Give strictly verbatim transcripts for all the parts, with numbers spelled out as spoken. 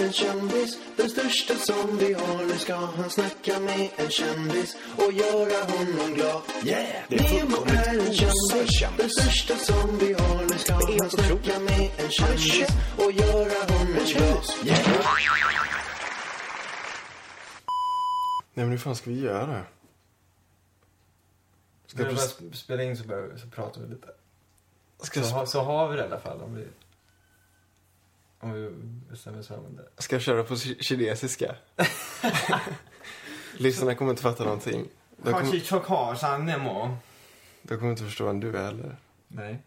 en kändis, den största som vi har. Nu ska han snacka med en kändis och göra honom glad. Yeah! Nemo är en kändis, den största som vi har. Nu ska han snacka med en kändis och göra honom glad. Yeah! Nej, men hur fan ska vi göra? Ska vi bara spela in så, börjar, så pratar vi lite. Ska så, ha, så har vi det i alla fall om vi, om vi bestämmer oss för det. Ska jag köra på kinesiska? Lyssnarna kommer inte fatta någonting. De kommer, de kommer inte förstå vem du är heller. Nej.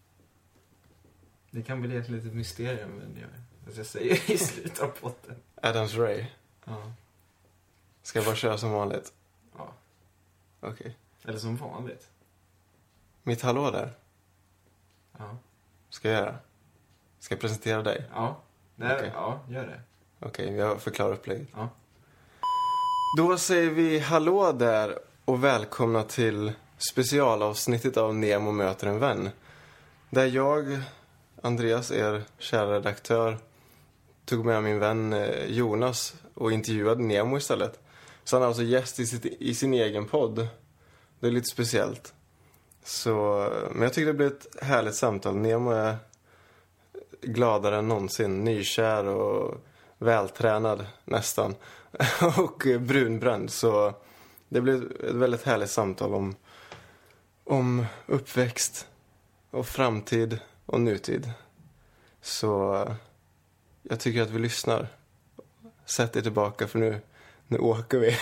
Det kan bli ett litet mysterium, men jag, jag säger i slutet av potten. Adams Ray. Ja. Ska jag bara köra som vanligt? Ja. Okej. Okay. Eller som vanligt. Mitt hallå där. Ja. Ska jag göra? Ska jag presentera dig? Ja. Nej, okay. Ja, gör det. Okej, okay, jag förklarar upplägget. Ja. Då säger vi hallå där och välkomna till specialavsnittet av Nemo möter en vän. Där jag, Andreas, er kära redaktör, tog med min vän Jonas och intervjuade Nemo istället. Så han är alltså gäst i, sitt, i sin egen podd. Det är lite speciellt. Så, men jag tycker det blir ett härligt samtal. Nemo är gladare än någonsin. Nykär och vältränad nästan. Och brunbränd. Så det blir ett väldigt härligt samtal om, om uppväxt och framtid och nutid. Så jag tycker att vi lyssnar. Sätt er tillbaka för nu, nu åker vi.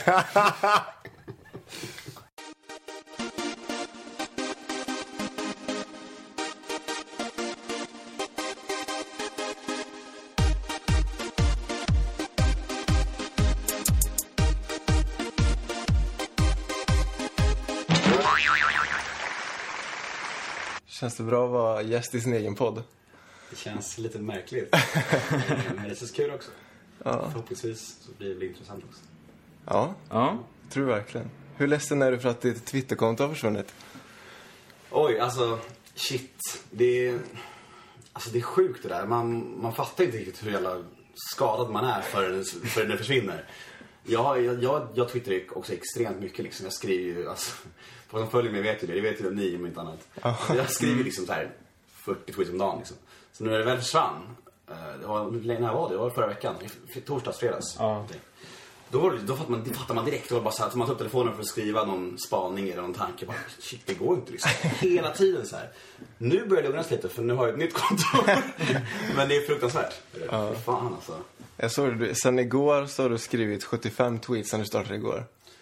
Känns det bra att vara gäst i sin egen podd? Det känns lite märkligt. Men det känns kul också. Ja. Förhoppningsvis så blir det intressant också. Ja, ja. Tror verkligen. Hur ledsen är du för att ditt Twitterkonto har försvunnit? Oj, alltså, shit. Det är, alltså, det är sjukt det där. Man, man fattar inte riktigt hur jävla skadad man är förrän, förrän det försvinner. Jag, jag, jag, jag twittrar också extremt mycket liksom. Jag skriver ju, alltså, folk som följer mig vet ju det. Det vet ju ni om inte annat. Alltså, jag skriver liksom så här fyrtio tweets om dagen liksom. Så när det väl försvann, det var, när var det? Det var förra veckan, torsdags, fredags. Ja. Då, var det, då fattar, man, det fattar man direkt. Det var bara så här, att man tog upp telefonen för att skriva någon spaning eller någon tanke. Bara, shit, det går inte liksom. Hela tiden så här. Nu börjar det lugnas lite för nu har jag ett nytt konto. Men det är fruktansvärt. Ja. Fan alltså. Jag såg det, sen igår så har du skrivit sjuttiofem tweets sen du startade igår.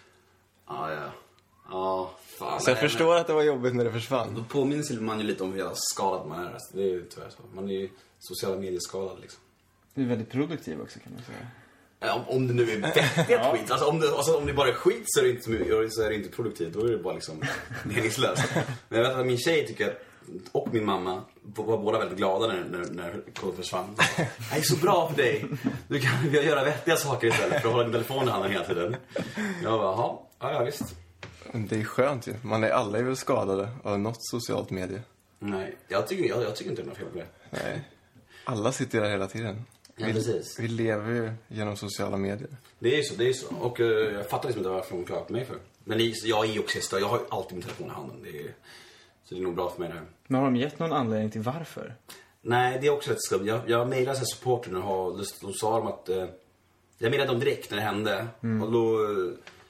Ja, ja. Ja, fan. Så jag nej, förstår men... att det var jobbigt när det försvann. Då påminns man ju lite om hur jävla skadad man är. Alltså, det är ju tyvärr så. Man är ju sociala medier skadad liksom. Du är väldigt produktiv också kan man säga. Ja, om, om det nu är vettigt skit. Alltså om, det, alltså om det bara är skit så är det inte, så är det inte produktivt. Då är det bara liksom meningslöst. Men jag vet att min tjej tycker, och min mamma var båda väldigt glada när, när, när koden försvann. Det är så bra för dig. Du kan göra vettiga saker istället för att hålla din telefon i handen hela tiden. Jag bara, ja, ja visst. Det är skönt ju. Man är alla är väl skadade av något socialt medie. Nej, jag tycker, jag, jag tycker inte det är något fel på det. Nej, alla sitter där hela tiden. Ja, vi, precis. Vi lever ju genom sociala medier. Det är så, det är så. Och uh, jag fattar liksom inte varför hon klarar på mig för. Men det, jag är ju också störd. Jag har ju alltid min telefon i handen. Det är, så det är nog bra för mig det här. Men har de gett någon anledning till varför? Nej, det är också rätt skumt. Jag, jag mejlade sig supporten och har, då sa de att... Uh, jag mejlade dem direkt när det hände. Mm. Och då uh,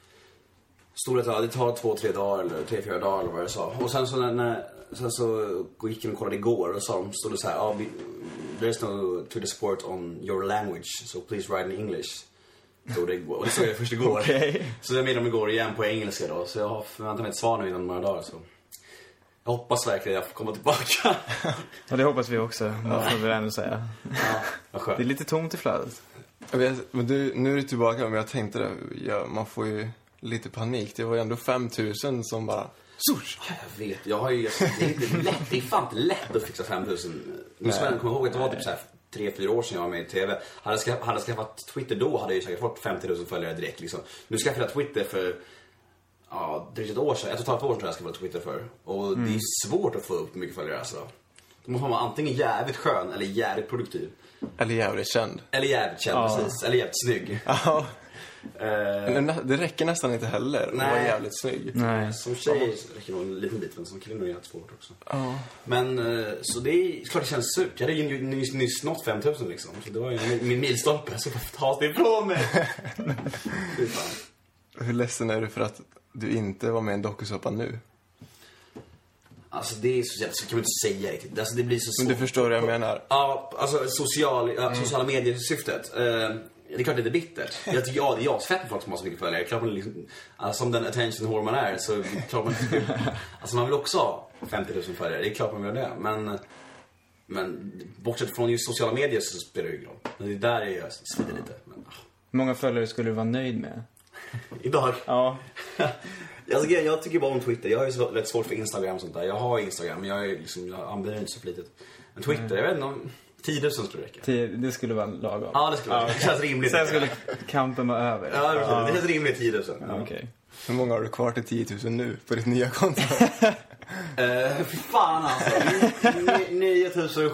stod det att det tar två, tre dagar eller tre, fyra dagar eller vad jag sa. Och sen så när... Sen så gick jag och kollade igår och sa de, stod det så här, oh, there's no Twitter support on your language, so please write in English. Så det, och det såg jag först igår. Okay. Så jag med dem igår igen på engelska då. Så jag har förväntat mig ett svar nu inom några dagar. Så jag hoppas verkligen att jag får komma tillbaka. Ja, det hoppas vi också. Man får väl ändå säga. Ja, det är lite tomt i flödet. Men du, nu är du tillbaka, men jag tänkte det. Ja, man får ju lite panik. Det var ju ändå fem tusen som bara... Sush. Ja, jag vet. Jag har ju, det är inte lätt. Det är fan inte lätt att fixa fem tusen. Nu ska jag komma ihåg att det var typ så här tre, fyra år sedan jag var med i tv. Hade jag hade skaffat Twitter då hade jag ju säkert fått femtio tusen följare direkt liksom. Nu skaffade jag Twitter för ja, drygt ett år sedan. Ett och ett halvt år sedan jag skaffade Twitter för. Och mm. det är svårt att få upp mycket följare alltså. Då måste man vara antingen jävligt skön eller jävligt produktiv. Eller jävligt känd. Eller jävligt känd, ja. Precis. Eller jävligt snygg. Ja. Uh, Men det räcker nästan inte heller att vara jävligt snygg. Nej. Som tjej räcker nog en liten bit, men som kvinnor är det svårt också. Ja. Men så det är klart det känns surt. Jag hade ju nyss, nyss nått fem tusen liksom. Så det var ju min, min milstolpe. Så tas det ifrån mig. Hur ledsen är du för att du inte var med i en dokusåpa nu? Alltså det är så jävla, så kan man inte säga riktigt. Alltså det blir så svårt. Men du förstår vad jag menar? Ja, alltså social, ja, sociala medier-syftet. Uh, det är klart det är bittert. Jag tycker ja, det är jag fett med folk som har så mycket följare. Klart man liksom, alltså, som den attention whore man är så klart man inte. Alltså man vill också ha femtio tusen följare. Det är klart man vill det. Men men bortsett från just sociala medier så spelar det ju roll. Men det är där jag svider lite. Men, ah. Hur många följare skulle du vara nöjd med? Idag? Ja. Alltså, jag tycker bara om Twitter. Jag har ju så lätt svårt för Instagram och sånt där. Jag har Instagram, men jag, är liksom, jag använder inte så flitigt. Men Twitter, mm. jag vet inte om tio tusen skulle räcka. tio, det skulle vara lagom. Ja, det skulle vara. Det känns rimligt. Sen skulle kampen vara över. Ja, det, ja. Det känns rimligt tio tusen. Ja, okay. Hur många har du kvar till tio tusen nu på ditt nya konto? uh, fy fan alltså. nio tusen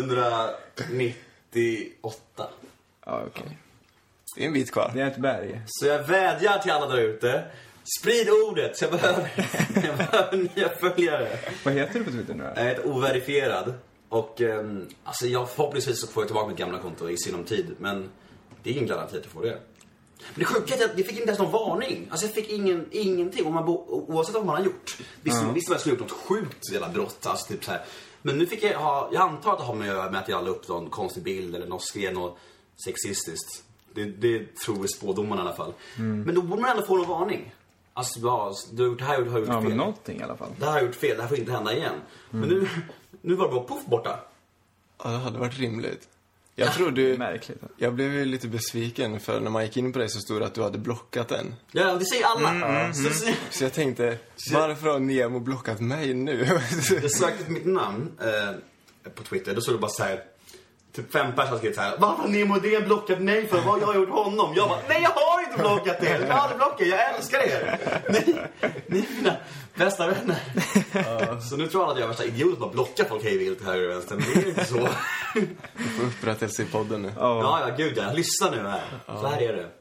sjuhundranittioåtta. Ja, okej. Okay. Det är en bit kvar. Det är ett berg. Så jag vädjar till alla där ute. Sprid ordet, så jag behöver, jag behöver nya följare. Vad heter du på Twitter nu då? Jag heter overifierad. Och um, alltså jag förhoppningsvis så får jag tillbaka mitt gamla konto i sinom tid. Men det är ingen garanti att få det. Men det sjuka är att jag fick inte ens någon varning. Alltså jag fick ingen, ingenting. Om man bo, oavsett vad man har gjort. Visst, mm. visst var jag skulle gjort något sjukt jävla brott. Alltså typ så här. Men nu fick jag ha, jag antar att det har med, med att jag la upp någon konstig bild. Eller något skrev något sexistiskt. Det, det tror vi spådomarna i alla fall. Mm. Men då borde man ändå få någon varning. Alltså, ja, du, det här har jag gjort ja, fel. Men någonting i alla fall. Det här har jag gjort fel, det här får inte hända igen. Mm. Men nu, nu var det bara puff borta. Ja, det hade varit rimligt. Jag trodde... Märkligt. Jag blev ju lite besviken för när man gick in på dig så stod det att du hade blockat den. Ja, det säger alla. Mm, mm, så, mm. så jag tänkte, varför har Nemo blockat mig nu? Jag sökte mitt namn eh, på Twitter, då stod det bara så här. Typ fem personer har skrivit så här: varför har Nemo det blockat mig för? Vad jag har gjort honom? Jag bara, nej jag har inte blockat er. Jag har aldrig blockat, jag älskar er. Ni, ni är mina bästa vänner. uh. Så nu tror alla att jag är värsta idiot att blocka folk hej vilt här i vänster. Men det är inte så. Du får upprättelse i podden nu. uh. Ja, ja, gud ja. Lyssna nu här. uh. Så här är det.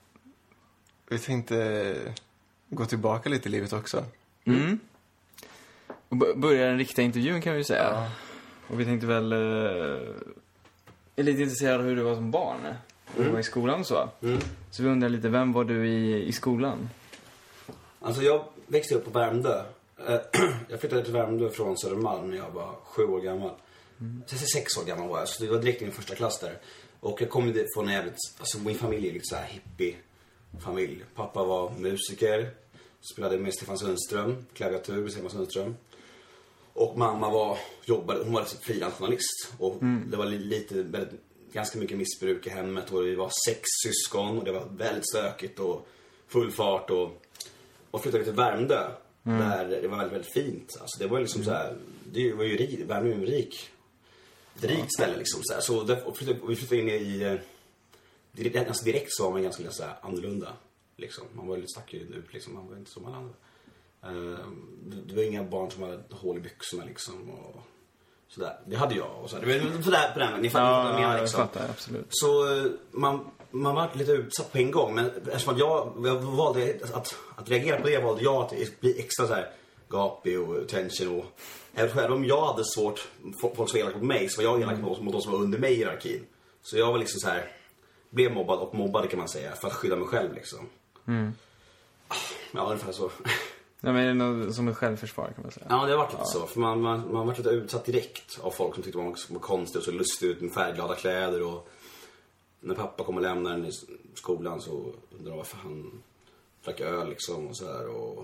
Vi tänkte gå tillbaka lite i livet också. Mm. Och b- börja den riktiga intervjun kan vi säga. uh. Och vi tänkte väl... Uh... Jag är lite intresserad av hur du var som barn. Mm. Du var i skolan och så. Mm. Så vi undrar lite, vem var du i, i skolan? Alltså jag växte upp på Värmdö. Jag flyttade till Värmdö från Södermalm när jag var sju år gammal. Mm. sex år gammal var jag, så det var direkt i min första klass där. Och jag kom från en jävligt, alltså min familj är lite så här hippie familj. Pappa var musiker, spelade med Stefan Sundström, klaviatur med Stefan Sundström. Och mamma var, jobbade, hon var alltså frilansjournalist. Och mm. det var lite, väldigt, ganska mycket missbruk i hemmet. Och vi var sex syskon och det var väldigt stökigt och full fart. Och, och flyttade till Värmdö. Mm. Där det var väldigt, väldigt fint. Alltså det var liksom mm. så här, det var ju rik, Värmdö är ju en rik, ett rikt ställe liksom så här. Så där, och flyttade, och vi flyttade in i, direkt, alltså direkt så var man ganska så här annorlunda. Liksom. Man var lite stack ut liksom, man var inte som alla andra. Uh, det var inga barn som hade hål i byxorna liksom och sådär. Det hade jag och så. Det var sådär på den, ni fattar ja, vad jag menar liksom. Jag fattar, absolut. Så uh, man man var lite utsatt på en gång, men eftersom jag, jag valde att att reagera på det valde jag att bli extra så här gapig och tension och även om jag hade svårt folk som elaka på mig så var jag elak mm. mot de som var under mig i hierarkin. Så jag var liksom så här blev mobbad och mobbad kan man säga för att skydda mig själv liksom. Mm. Ja, ungefär så. Ja, men är det något som ett självförsvar kan man säga? Ja, det har varit lite ja. så. För man, man, man var lite utsatt direkt av folk som tyckte man var konstig och så lustig ut med färgglada kläder. Och när pappa kom och lämnade den i skolan så undrade varför han drack öl liksom och så här. Och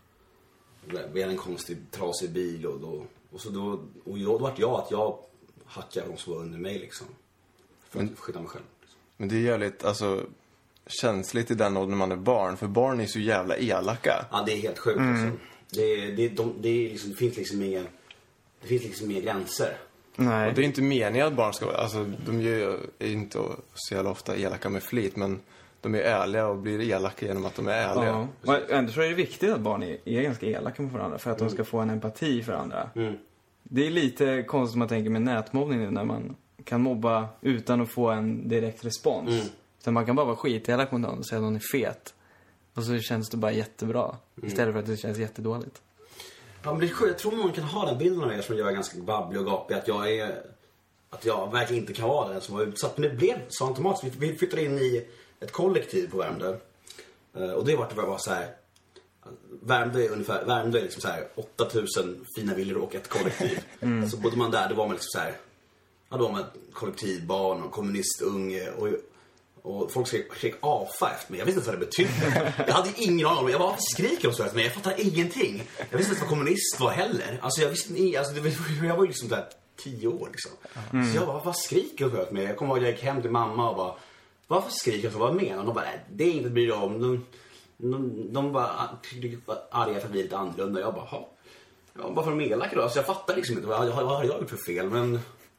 vi hade en konstig trasig bil och då, och så då, och då, då var det jag att jag hackade de som var under mig liksom. För att skydda mig själv. Liksom. Men det är jävligt, alltså... känsligt i den åldern när man är barn. För barn är så jävla elaka. Ja, det är helt sjukt mm. liksom. det, det, de, det, är liksom, det finns liksom inga Det finns liksom inga gränser. Nej. Och det är inte meningen att barn ska vara, alltså de är ju inte så jävla ofta elaka med flit, men de är ärliga och blir elaka genom att de är ärliga. Ja. Och ändå tror jag det är viktigt att barn är, är ganska elaka med varandra för att mm. de ska få en empati för andra. Mm. det är lite konstigt man tänker med nätmobbning nu, när man kan mobba utan att få en direkt respons. Mm. Så man kan bara vara skitelak mot någon och säga att någon är fet. Och så känns det bara jättebra. Mm. Istället för att det känns jättedåligt. Ja, men det är, jag tror man kan ha den bilden av er som jag är ganska babblig och gapig. Att jag är... Att jag verkligen inte kan vara den som var utsatt. Men det blev så automatiskt. Vi flyttade in i ett kollektiv på Värmdö. Och det var det var så här... Värmdö är ungefär... Värmdö är liksom så här åtta tusen fina villor och ett kollektiv. Mm. Så bodde man där, då var man liksom så här... Ja, då var man kollektivbarn och kommunistunge. Och, och folk skrek, skrek AFA efter mig. Jag visste inte vad det betydde. Jag hade ingen aning om. Jag bara skriker och så efter mig. Jag fattar ingenting. Jag visste inte vad kommunist var heller. Alltså jag visste inte... Alltså, det, jag var ju liksom där... tio år liksom. Mm. Så jag bara, vad skriker du åt mig? Jag kommer ihåg att jag gick hem till mamma och bara, varför skriker du? Vad menar? Och de bara, det är inte bryr dig om. De, de, de bara arga för att vi är lite annorlunda. Jag bara, ja. Bara för de elaka då. Så jag fattar liksom inte, vad, vad har jag gjort för fel? Men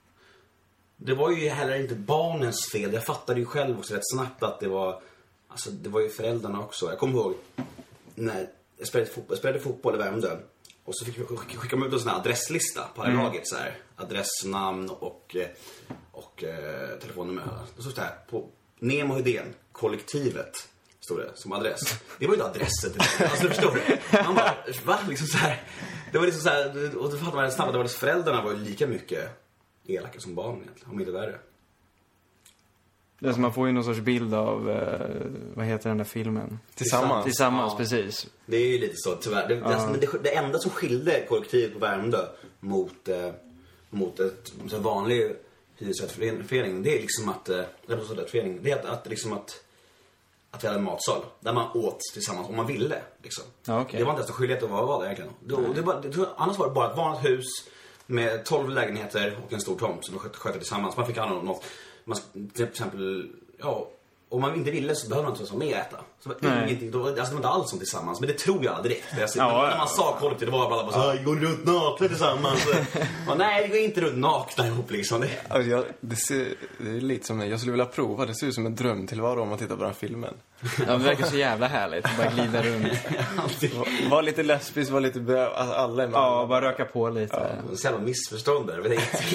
det var ju heller inte barnens fel. Jag fattade ju själv också rätt snabbt att det var, alltså det var ju föräldrarna också. Jag kommer ihåg när jag spelade fotboll, jag spelade fotboll i Värmdö. Och så fick vi skicka ut en sån här adresslista på mm. laget så här, adress, namn och och eh, telefonnummer. Det stod så här på Nemo Hedén kollektivet stod det som adress. Det var ju inte adressen. Alltså förstår du? Man bara, va? Liksom så här. Det var liksom så här, och då fattade man snabbt att det var föräldrarna var ju lika mycket elaka som barnen egentligen, om inte värre. Det är som man får ju någon sorts bild av, eh, vad heter den där filmen? Tillsammans. Tillsammans, ja. Precis. Det är ju lite så, tyvärr. Det, ja. det, det, det enda som skilde kollektivet på Värmdö mot, eh, mot ett så vanlig hyresrättsförening, det är liksom att, eh, det är att, att, liksom att, att vi hade en matsal där man åt tillsammans om man ville. Liksom. Ja, okay. Det var inte ens en skyldighet att vara, vara där egentligen. Det, det var, det, annars var det bara ett vanligt hus med tolv lägenheter och en stor tomt som man skötte, skötte tillsammans. Man fick alla något. Man, till exempel, ja, om man inte ville så behövde man inte vara med och äta. Så det var ingenting, då, alltså det var inte alls som tillsammans. Men det tror jag direkt. Jag, ja, när, när man sa kollektivt, det var bara så här, går runt nakna tillsammans. Och, nej, det går inte runt nakna ihop liksom. Det. Alltså, jag, det, ser, det är lite som, jag skulle vilja prova. Det ser ut som en drömtillvaro om man tittar på den filmen. Ja, det verkar så jävla härligt. Bara glida runt. Var, var lite lesbisk, var lite bö, alla är med. Ja, bara röka på lite. Ja, det är jävla missförstånd där.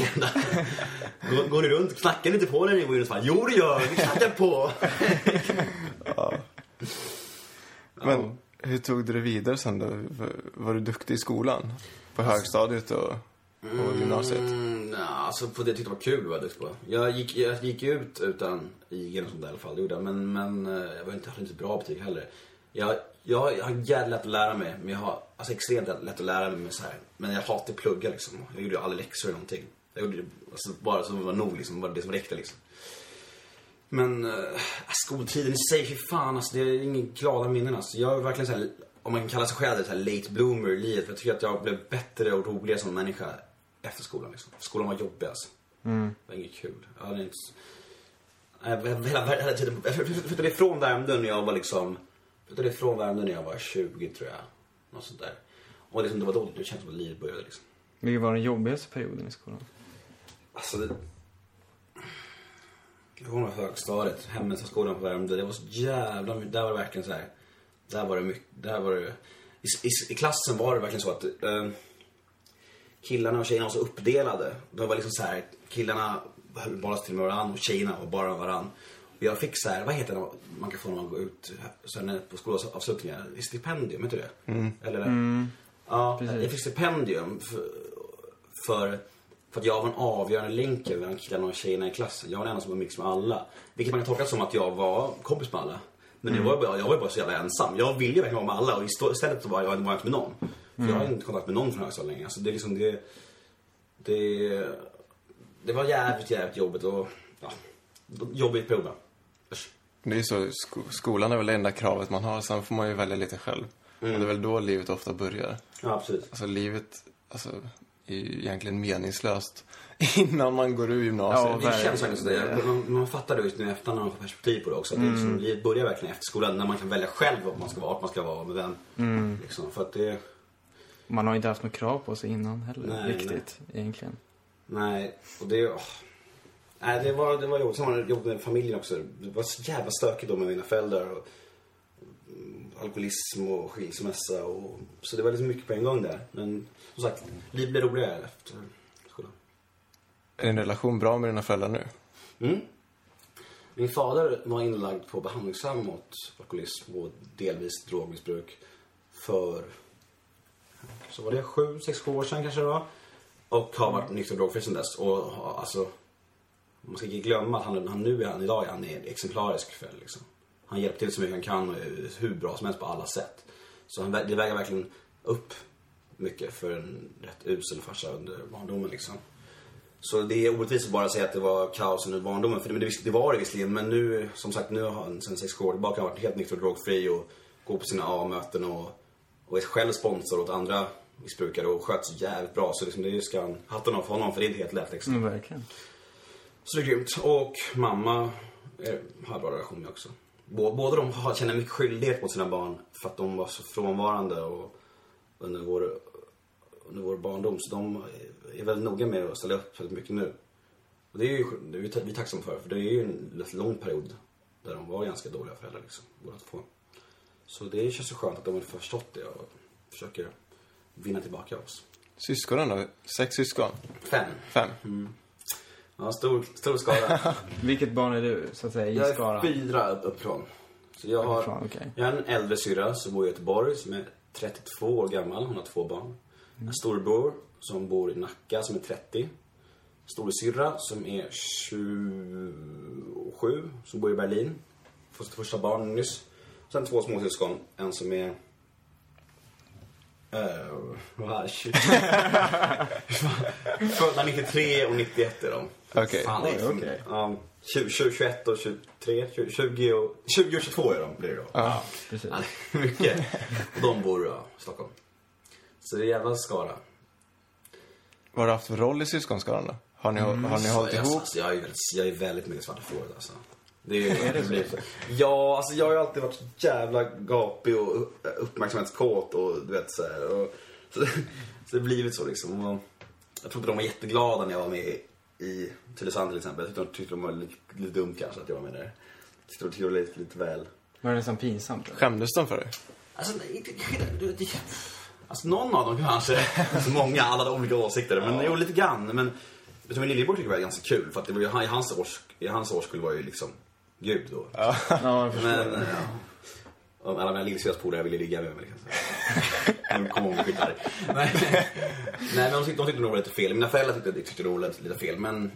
går, går du runt, knackar inte på den i våren? Jo, det gör, vi knackar på. Ja. Men hur tog du det vidare sen då? Var du duktig i skolan? På högstadiet och, och gymnasiet? Mm, ja, alltså på det tyckte jag var kul att vara duktig på. Jag gick, jag gick ut utan I G i alla fall, det gjorde jag. Men, men jag var inte, inte bra betyg heller. Jag, jag, jag har jävligt lätt att lära mig. Men jag har alltså, extremt lätt att lära mig med så här. Men jag hatar plugga liksom. Jag gjorde aldrig läxor eller någonting. Jag gjorde alltså, bara så det var nog liksom, bara det som räckte liksom. Men äh, skoltiden i sig, hur fan alltså, det är ingen glada minnen alltså. Jag är verkligen så här, om man kan kalla sig själv så här late bloomer i livet. Jag tycker att jag blev bättre och roligare som människa efter skolan liksom. Skolan var jobbig alltså. Mm. Det var inget kul. Jag hade inte... Jag, hela, hela tiden... Jag flyttade ifrån Värmdö när jag var liksom... Jag flyttade ifrån Värmdö när jag var tjugo tror jag. Något sånt där. Och liksom, det var då det kändes som att livet började liksom. Vilken var den jobbigaste perioden i skolan? Alltså det... Jag kommer ihåg högstadiet, hemmenskolan på Värmdö. Det var så jävla... Där var det verkligen så här... Där var det mycket... Där var det... I, i, i klassen var det verkligen så att... Uh, killarna och tjejerna var så uppdelade. Det var liksom så här... Killarna höll bara till med varann och tjejerna var bara varann. Och jag fick så här... Vad heter det man kan få när man går ut sen på skolavslutningar? Stipendium, vet du det? Mm. Eller mm. Ja, precis. Jag fick stipendium för... för För att jag var en avgörande länk mellan killarna och tjejerna i klassen. Jag var den enda som var mix med alla. Vilket man kan tolka som att jag var kompis med alla. Men mm. det var bara, jag var bara så jävla ensam. Jag ville ju verkligen vara med alla. Och istället så var jag inte med någon. För mm. jag har inte kontakt med någon från högstadiet länge. Alltså det är liksom det... Det, det var jävligt, jävligt jobbigt. Och ja, jobbigt perioder. Det är ju så, sko- skolan är väl det enda kravet man har. Sen får man ju välja lite själv. Mm. Och det är väl då livet ofta börjar. Ja, absolut. Alltså livet... Alltså, är ju egentligen meningslöst innan man går ur gymnasiet. Ja, det känns faktiskt det. Man, man fattar det just nu efter när man får perspektiv på det också. Mm. Det, liksom, det börjar verkligen efter skolan när man kan välja själv vad man ska vara, vad man ska vara med vem. Mm. Liksom, för att det... Man har inte haft något krav på sig innan heller, nej, riktigt, nej. egentligen. Nej, och det... Oh. Nej, det var, det var jobbigt. Sen var det jobbigt med familjen också. Det var så jävla stökigt då med mina föräldrar. Och alkoholism och skilsmässa. Och, så det var liksom mycket på en gång där. Men som sagt, livet blev roligare efter skolan. Är din relation bra med dina föräldrar nu? Mm. Min fader var inlagd på behandlingshem mot alkoholism och delvis drogmissbruk för, så var det sju, sex, sju år sedan kanske det var. Och har varit nykter och drogfri sedan dess. Och alltså, man ska inte glömma att han, han nu är han idag han är en exemplarisk kväll liksom. Han hjälper till så mycket han kan och är hur bra som helst på alla sätt. Så han, det väger verkligen upp mycket för en rätt usel farsa under barndomen liksom. Så det är orättvist att bara säga att det var kaos under barndomen. För det, det var det visserligen. Men nu, som sagt, nu har han sen sex år tillbaka varit helt nykter och drogfri och går på sina A-möten och, och är själv sponsor åt andra missbrukare och sköts jävligt bra. Så liksom, det ska han hatten av för honom, för det är inte helt lätt liksom. Mm, verkligen. Så det är grymt. Och mamma är, har bra relation med också. Båda de har, känner mycket skyldighet mot sina barn för att de var så frånvarande och under vår, under vår barndom. Så de är väldigt noga med att ställa upp väldigt mycket nu. Och det är ju det är vi, vi är tacksamma för. För det är ju en rätt lång period där de var ganska dåliga föräldrar liksom, båda två. Så det känns så skönt att de har förstått det och försöker vinna tillbaka oss. Syskonen då? Sex syskon? Fem. Fem? Mm. Ja, stor, stor skara. Vilket barn är du, så att säga, i Jag skaran? är fyra uppifrån. Så jag har, Uppifrån, okay. jag har en äldre syra som bor i Göteborg som är trettiotvå år gammal. Hon har två barn. Mm. En storbror som bor i Nacka som är trettio. Storasyrra som är tjugosju som bor i Berlin. Får sitt första barn nyss. Sen två småsyskon. En som är... Uh, vad födda nittiotre och nittioett är de. Okej. Okay. Fan, det är okay. um, tjugo, tjugoett och tjugotre, tjugo och, tjugo och tjugotvå är de, blir det då. Ja, precis. Ja, mycket. Och de bor ja, i Stockholm. Så det är jävla skara. Vad har du haft för roll i syskonskaran då? Har ni, Mm, har ni hållit jag, ihop? Alltså, jag, är, jag är väldigt mycket svarta fåret alltså. Det är, är det så? Ja, alltså jag har ju alltid varit så jävla gapig och uppmärksamhetskåt och du vet så här. Och, så, det, så det har blivit så liksom. Och jag tror inte de var jätteglada när jag var med i Tylösand till exempel. Jag tyckte, tyckte de var lite, lite dumt kanske att jag var med där. Jag tyckte de tyckte lite, lite väl. Var det nästan pinsamt? Eller? Skämdes de för dig? Alltså, inte, det, alltså någon av dem kanske. Så många, alla de olika åsikter. Men jo, lite grann. Men jag tror min lillebror tycker det var ganska kul. För att det var ju, i hans års, i hans årskull var ju liksom Gud då. Ja, jag förstår. Men, ja. Och alla mina lillsyras polare ville ligga med mig. De kom ihåg skit där. Nej, men de tyckte, de tyckte nog lite fel. Mina föräldrar tyckte, tyckte nog lite, lite fel. Men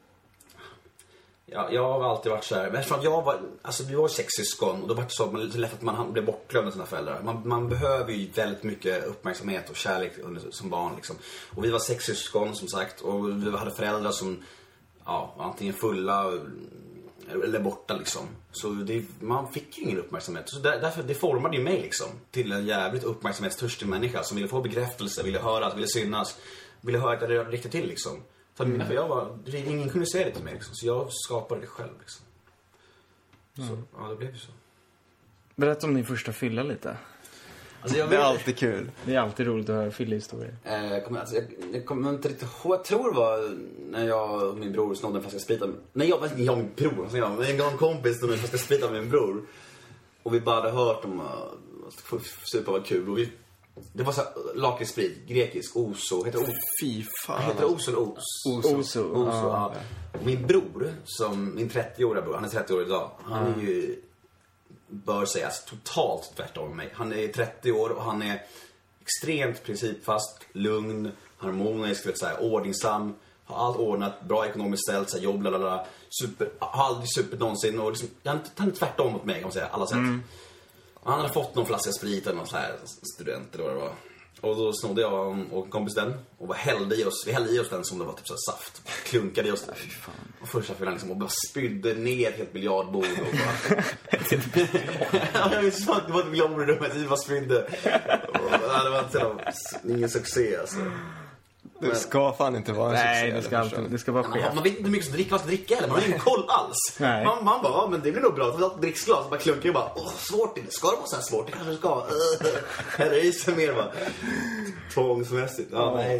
ja, jag har alltid varit så här. Men eftersom jag var, alltså vi var sex syskon. Och då var det så, man, så lätt att man blev bortglömd av sina föräldrar. Man, man behöver ju väldigt mycket uppmärksamhet och kärlek under, som barn liksom. Och vi var sex syskon som sagt. Och vi hade föräldrar som ja, antingen fulla eller borta liksom. Så det, man fick ju ingen uppmärksamhet. Så där, därför det formade ju mig liksom till en jävligt uppmärksamhetstörstig människa som ville få bekräftelse, ville höras, ville synas, ville höra att det rörde riktigt till liksom. För, mm. för jag var, ingen kunde säga det till mig liksom. Så jag skapade det själv liksom. Mm. Så ja, det blev ju så. Berätta om din första fylla lite. Alltså, jag det är alltid kul. Det är alltid roligt att höra fylla-historier. Eh, jag kommer alltså, jag, jag kommer inte riktigt ihåg. Jag tror det var när jag och min bror snodde en flaska sprit av... Nej, jag var inte jag och min bror. Så jag, en gång kompis snodde en flaska sprit av min bror. Och vi bara hade hört om uh, super var kul. Och vi, det var så här lakritssprit, grekisk, oso. Heter o, Fy fan. Heter det oso eller os? Oso. Oso, oso ja. Ja. Och min bror, som min trettio-åriga bror, han är trettio år idag. Han är ju... bör sägas totalt tvärtom med mig. Han är trettio år och han är extremt principfast, lugn, harmonisk, vet, så här, ordningsam, har allt ordnat, bra ekonomiskt ställt, så här, jobb, lalala, super, har aldrig super någonsin och liksom, han, han är tvärtom mot mig kan man säga, alla sätt. Mm. Han hade fått någon flaska sprit eller någon så här student eller vad det var. Och då snodde jag och kompis den och bara hällde i oss, vi hällde i oss den som det var typ så här saft. Klunkade i oss där. Och första fyllan liksom och bara spydde ner helt biljardbord och bara... Ja, jag vet inte, det var ett biljardbord i rummet, vi bara spydde. Och, ja, det var inte ingen succé alltså. Det men, ska fan inte vara en nej, succé. Nej, det ska, alltid, det ska vara skit. Man, man vet inte hur mycket som dricker, vad ska dricka heller. Man har ingen koll alls. Man, man bara, ja, men det blir nog bra. Så ett dricksglas, bara klunkar och bara, åh, svårt det. Ska det vara så här svårt? Det kanske ska. Här är isen mer bara. Tvångsmässigt. Ja, nej.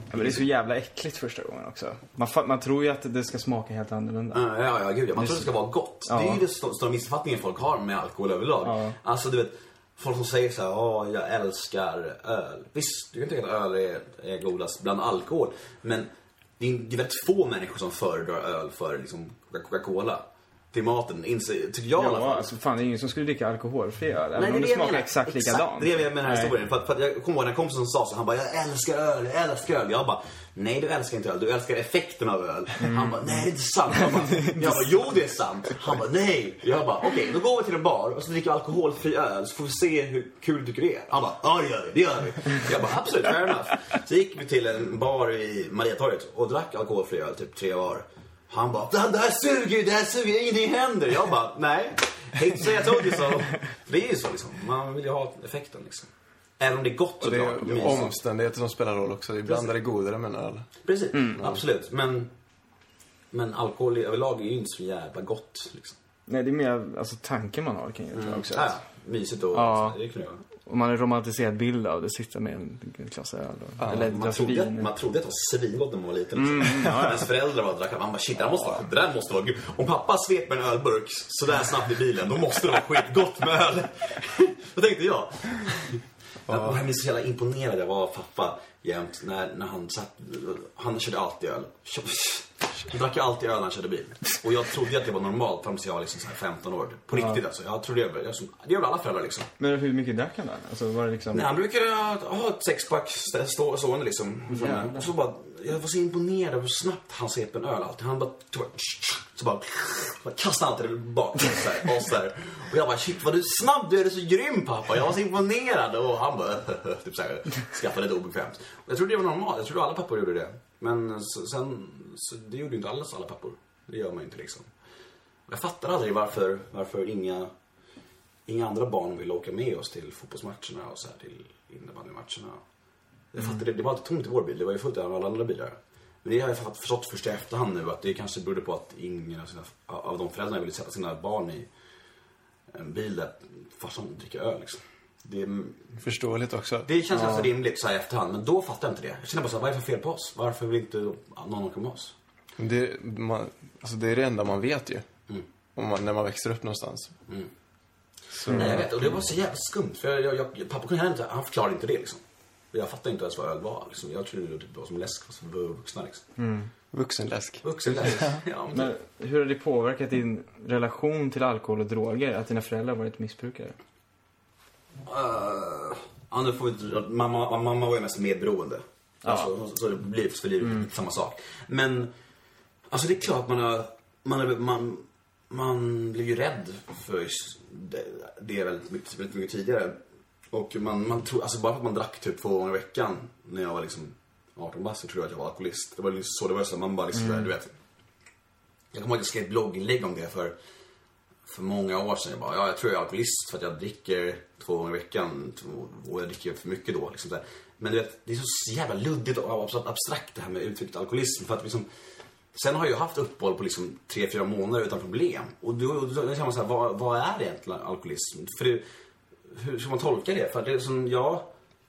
Ja, men det är så jävla äckligt första gången också. Man, man tror ju att det ska smaka helt annorlunda. Ja, ja, ja gud. Man tror att det ska vara gott. Ja. Det är ju den st- stora missuppfattningen folk har med alkohol överlag. Ja. Alltså, du vet, folk som säger så här, åh, jag älskar öl. Visst, du kan tycka att öl är, är godast bland alkohol. Men det är, det är väldigt få människor som föredrar öl för liksom Coca-Cola. Till maten, inser, tycker jag ja, i alla fall. Alltså, fan, det är ingen som skulle dricka alkoholfri öl. Nej, om det, det smakar exakt likadant. Det är det med den här historien. För att, för att jag kommer ihåg när kompisen som sa så, han bara, jag älskar öl, jag älskar öl. Jag bara, nej du älskar inte öl, du älskar effekten av öl. Mm. Han bara, nej det är inte sant. Jag bara, jag bara, jo det är sant. Han bara, nej. Jag bara, okej, okay, då går vi till en bar och så dricker vi alkoholfri öl så får vi se hur kul du tycker det är. Han bara, ja det gör vi, det gör vi. Jag bara, absolut, fair enough. Så gick vi till en bar i Mariatorget och drack alkoholfri öl, typ tre var. Han bara, det här suger, det här suger, ingenting händer. Jag bara, nej, hate to say I told you so. Det är ju så liksom, man vill ju ha effekten liksom. Även om det är gott och det bra. Det är omständigheter som spelar roll också. Ibland är det godare med en öl. Precis, mm. absolut. Men, men alkohol överlag är ju inte så jävla gott liksom. Nej, det är mer alltså, tanken man har, kan jag mm. också. Ja, mysigt och ja. Det kan jag. Och man har en romantiserad bild av det, sitter med en klass öl. Ja, eller man, trodde att, man trodde att det var svingott när man var liten. Liksom. Mm, ja, ja. Ens föräldrar var drack. Man bara, shit, det där måste vara, det där måste vara gud. Om pappa svep med en ölburk så där snabbt i bilen, då måste det vara skitgott med öl. Då tänkte jag. Ja. Jag blev så jävla imponerad. Jag var pappa jämt när, när han satt. Han körde alltid öl. Han drack ju alltid öl när han körde bil. Och jag trodde att det var normalt fram tills jag var liksom så här femton år. På riktigt ja. Alltså. Jag trodde det, jag, det gjorde alla föräldrar liksom. Men hur mycket drack han då? Alltså, var det liksom... Nej, han brukade ha ett sexpack stå, stående liksom. Mm. Och så bara, jag var så imponerad av hur snabbt han svep en öl alltid. Han bara, så bara, bara kastade alltid det bak. Så här, och, så här. Och jag bara, shit vad du är snabb, du är så grym pappa. Jag var så imponerad. Och han bara, typ så här, skaffade det obekvämt. Och jag trodde det var normalt, jag trodde alla pappor gjorde det. Men sen, så det gjorde inte alls alla pappor. Det gör man inte liksom. Jag fattar aldrig varför, varför inga, inga andra barn vill åka med oss till fotbollsmatcherna och så här, till innebandymatcherna. Jag fattar, det, det var alltid tomt i vår bil, det var ju fullt av alla andra bilar. Men det har jag förstått först i efterhand nu, att det kanske berodde på att ingen av, sina, av de föräldrarna ville sätta sina barn i en bil där farsan dricker öl liksom. Det är förståeligt också. Det känns ja. Alltså rimligt så här i efterhand, men då fattar jag inte det. Jag känner bara så här, vad är det för fel på oss? Varför vill inte någon åka med oss? Det, man, alltså det är det enda man vet ju. Mm. Om man, när man växer upp någonstans. Mm. Så... Nej, jag vet. Och det var så jävla skumt. För jag, jag, pappa kunde inte, han förklarade inte det liksom. Jag fattade inte ens vad öl var. Liksom. Jag trodde det var som läsk fast för vuxna liksom. Mm. Vuxenläsk. Vuxenläsk. Ja, men men hur har det påverkat din relation till alkohol och droger? Att dina föräldrar varit missbrukare? Uh, ja, nu får vi, mamma, mamma var ju mest medberoende. Ja. Alltså, så det blir för livet mm. samma sak. Men alltså det är klart man har, man, är, man, man blir ju rädd för det, det är väldigt mycket, väldigt mycket tidigare. Och man, man tror, alltså bara för att man drack typ två gånger i veckan när jag var liksom arton bast, så tror jag att jag var alkoholist. Det var liksom så det var, så man bara liksom, mm. du vet. Jag kommer ihåg att jag skrev ett blogginlägg om det för för många år sedan. Jag bara, ja, jag tror jag är alkoholist för att jag dricker två gånger i veckan och jag dricker för mycket då liksom. Men du vet, det är så jävla luddigt och abstrakt det här med uttrycket alkoholism, för att liksom, sen har jag haft uppehåll på liksom tre, fyra månader utan problem. Och då, då känner man så här, vad, vad är det egentligen alkoholism? För det, hur ska man tolka det? För det är som jag...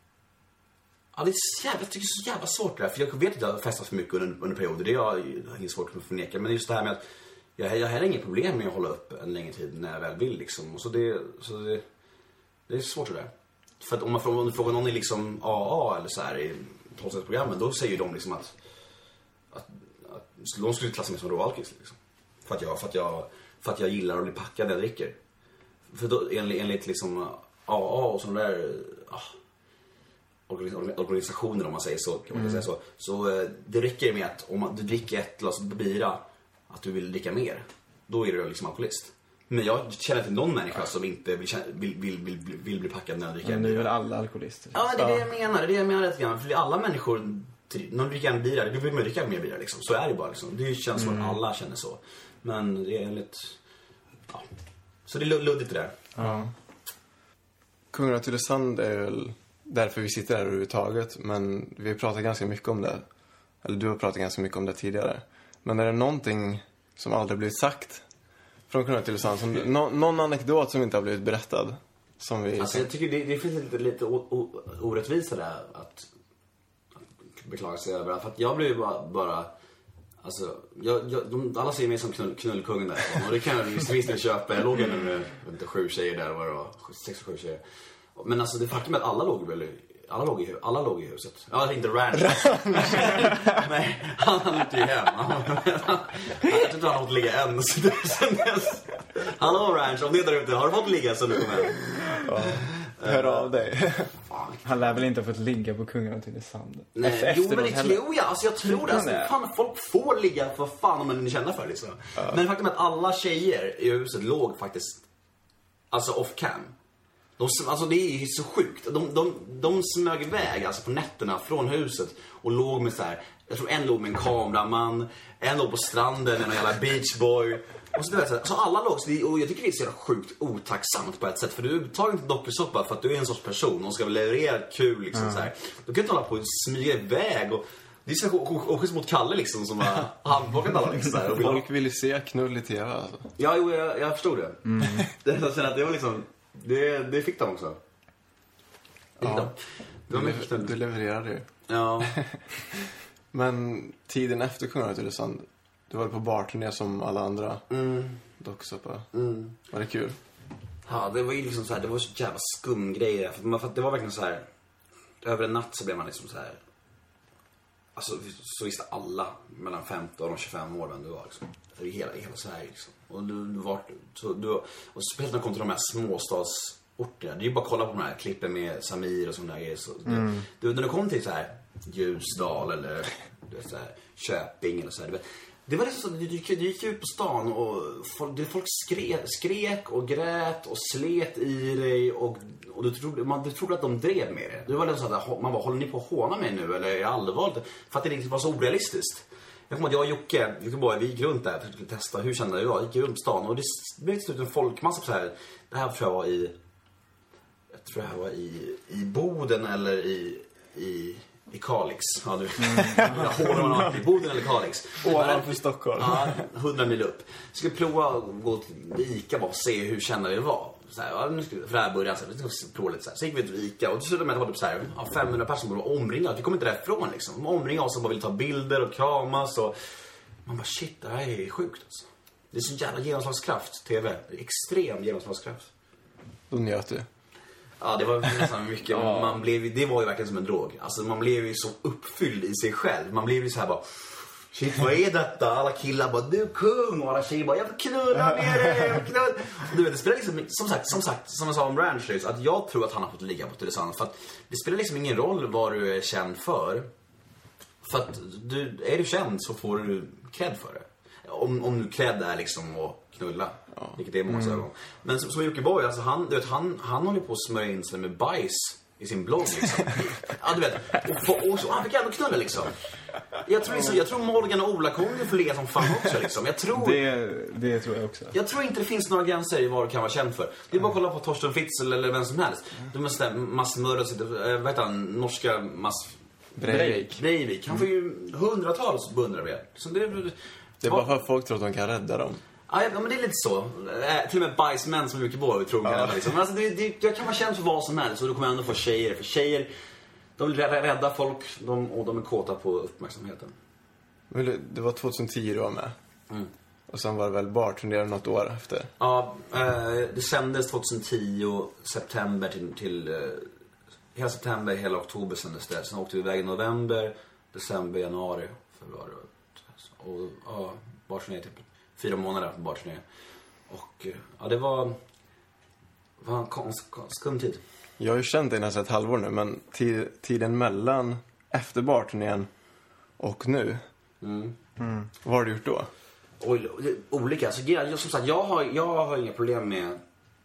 Ja, det är så jävla, jag tycker det är så jävla svårt det här. För jag vet att jag har festat för mycket under, under perioder. Det är jag, jag har inget svårt att förneka. Men just det här med att jag, jag har inget problem med att hålla upp en längre tid när jag väl vill liksom. Och så det, så det, det är svårt det där. För att om man frågar, frågar någon i liksom A A eller så här i tolvstegsprogrammen, då säger de liksom att, att, att de skulle klassa mig som råalkis liksom. För att jag, för att jag, för att jag gillar att bli packad när jag dricker. För då enligt, enligt liksom A A och sådana där ah, organisationer, om man säger så, kan man mm. säga så, så det räcker med att om du dricker ett glas bira, att du vill dricka mer, då är du liksom alkoholist. Men jag känner inte någon människa som inte vill, vill, vill, vill, vill bli packad när jag dricker. Men det är väl alla alkoholister? Ja, det är det jag menar. Det är det jag menar lite grann. För alla människor, när du dricker en bira, du vill man dricka mer bira liksom. Så är det bara liksom. Det känns som mm. att alla känner så. Men det är enligt... Ja. Så det är luddigt det där. Ja. Kungen av Tylösand är väl därför vi sitter här överhuvudtaget. Men vi har pratat ganska mycket om det. Eller du har pratat ganska mycket om det tidigare. Men är det någonting som aldrig blivit sagt från Kungen av Tylösand, som no, någon anekdot som inte har blivit berättad, som vi... Alltså jag tycker det, det finns lite, lite o, o, orättvisa där, att beklaga sig över. För att jag blev bara, bara alltså, jag, jag, de, alla ser mig som knull, knullkungen där. Och det kan jag visst visst köpa. Jag låg med inte sju tjejer där, var det var sex sju tjejer. Men alltså det faktum är att alla låg väl alla låg i alla låg i huset. Ja, inte Ranch. Nej, han hade inte hem. Jag tror han har fått ligga än sen dess. Hallå Ranch, om det är där ute, har du fått ligga så nu kommer jag. Ja. Hör av dig. Han lär väl inte ha fått ligga på kungen och till sand. Nej, efter, jo men det heller. tror jag. Alltså jag tror det. Alltså, fan, folk får ligga för fan om man känner för det liksom. Ja. Men faktum är att alla tjejer i huset låg faktiskt alltså off cam. De, alltså det är så sjukt. De, de, de smög iväg alltså på nätterna från huset och låg med så här. Jag tror en låg med en kameraman, en låg på stranden med en jävla beachboy. Och så, du vet, så, så alla låg, så det, och jag tycker det är så jävla sjukt otacksamt på ett sätt. För du tar inte dokusåpa för att du är en sorts person och ska leverera kul liksom mm. så här. Du kan inte hålla på och smyga iväg och det är så oschysst mot Kalle liksom som har handplockat alla liksom där. Vill folk vill ju se knull i tv alltså. Ja, jo, jag, jag förstod det. Mm. det jag känner att det var liksom det, det fick de också. Det fick ja. de. De du, du levererade ju. Ja. Men tiden efter Kungarna till Tylösand, du var på barturné som alla andra. Mm. Docksoppa. Mm. Var det kul? Ja, det var ju liksom så här, det var så jävla skum grejer. För, för det var verkligen så här, över en natt så blev man liksom så här. Alltså, så visste alla mellan femton och tjugofem år vem du var liksom. I hela, i hela Sverige liksom. Och du, du var, så, du, och speciellt när du kom till de här småstadsorterna. Det är ju bara att kolla på de här klippen med Samir och sådana där grejer. Så, mm. du, när du kom till så här Ljusdal eller du vet, så här, Köping eller så här, du vet, det var liksom så att du, du, du gick ut på stan och folk, folk skrek, skrek och grät och slet i dig och, och du, trodde, man, du trodde att de drev med det. Det var liksom så att man bara, håller ni på att håna mig nu eller är det allvarligt? För att det liksom var så orealistiskt. Jag kommer att jag och Jocke, Jocke Boy, vi gick runt där för att testa hur kände jag. Jag gick runt på stan och det blev till en folkmassa så här. Det här tror jag var i jag tror jag var i, i Boden eller i i i Kalix. Ja, du. Mm. I Boden eller Kalix. Ovanför Stockholm. Ja, hundra mil upp. Jag skulle prova att gå till Ica bara och se hur känner det var. Så här, ja, nu ska vi för här början så här, vi ska prova lite så här. Så gick vi till Ica och så slutade med att det var typ så här, ja, femhundra personer var omringade. Vi kom inte därifrån liksom. De omringade oss och bara ville ta bilder och kramas och man bara shit, det här är sjukt alltså. Det är så jävla genomslagskraft, tv. Extrem genomslagskraft. Då njöt du. Ja, det var nästan mycket. Man, man blev, det var ju verkligen som en drog. Alltså man blev ju så uppfylld i sig själv. Man blev ju så här bara, shit, vad är detta? Alla killar bara, du är kung. Och alla tjejer bara, jag får knulla med dig. Knulla. Du vet, det spelar liksom, som sagt, som sagt, som jag sa om Ranch, att jag tror att han har fått ligga på Tylösand. För att det spelar liksom ingen roll vad du är känd för. För att du, är du känd så får du cred för det. Om, om du cred är liksom och knulla. Ja. Vilket är många mm. Men som, som Jocke Boy, alltså han, du vet, han, han håller på att smörja in sig med bajs i sin blogg liksom. Ja, du vet. Och, och, och så, han fick ändå knulla liksom. Jag tror, liksom, jag tror Morgan och Ola kommer få ligga som fan också liksom. Jag tror, det, det tror jag också. Jag tror inte det finns några gränser i vad du kan vara känd för. Det är bara att kolla på Torsten Fritzl eller vem som helst. De måste massmörda sitt, vad heter han, norska mass... Breivik. Breivik. Han får ju hundratals beundrare. Så det, det, det är bara för att folk tror att de kan rädda dem. Ja, men det är lite så. Äh, till och med bajsmän som mycket bor tror jag. Liksom. Men alltså, det, det, jag kan vara känd för vad som helst. Och du kommer ändå få tjejer. För tjejer, de vill rädda folk de, och de är kåta på uppmärksamheten. Men det, det var tjugohundratio du var med. Mm. Och sen var det väl barturné något år efter. Ja, eh, det sändes tjugohundratio september till... till eh, hela september, hela oktober sändes det. Sen åkte vi iväg i november, december, januari, februari. Och ja, barturné typ. Fyra månader på barturné. Och ja, det var, var en konst, skum tid. Jag har ju känt dig nästan ett halvår nu, men tid, tiden mellan efter barturnén och nu. Mm. Mm. Vad har du gjort då? Oj, olika. Alltså, jag, som sagt, jag har, jag har inga problem med...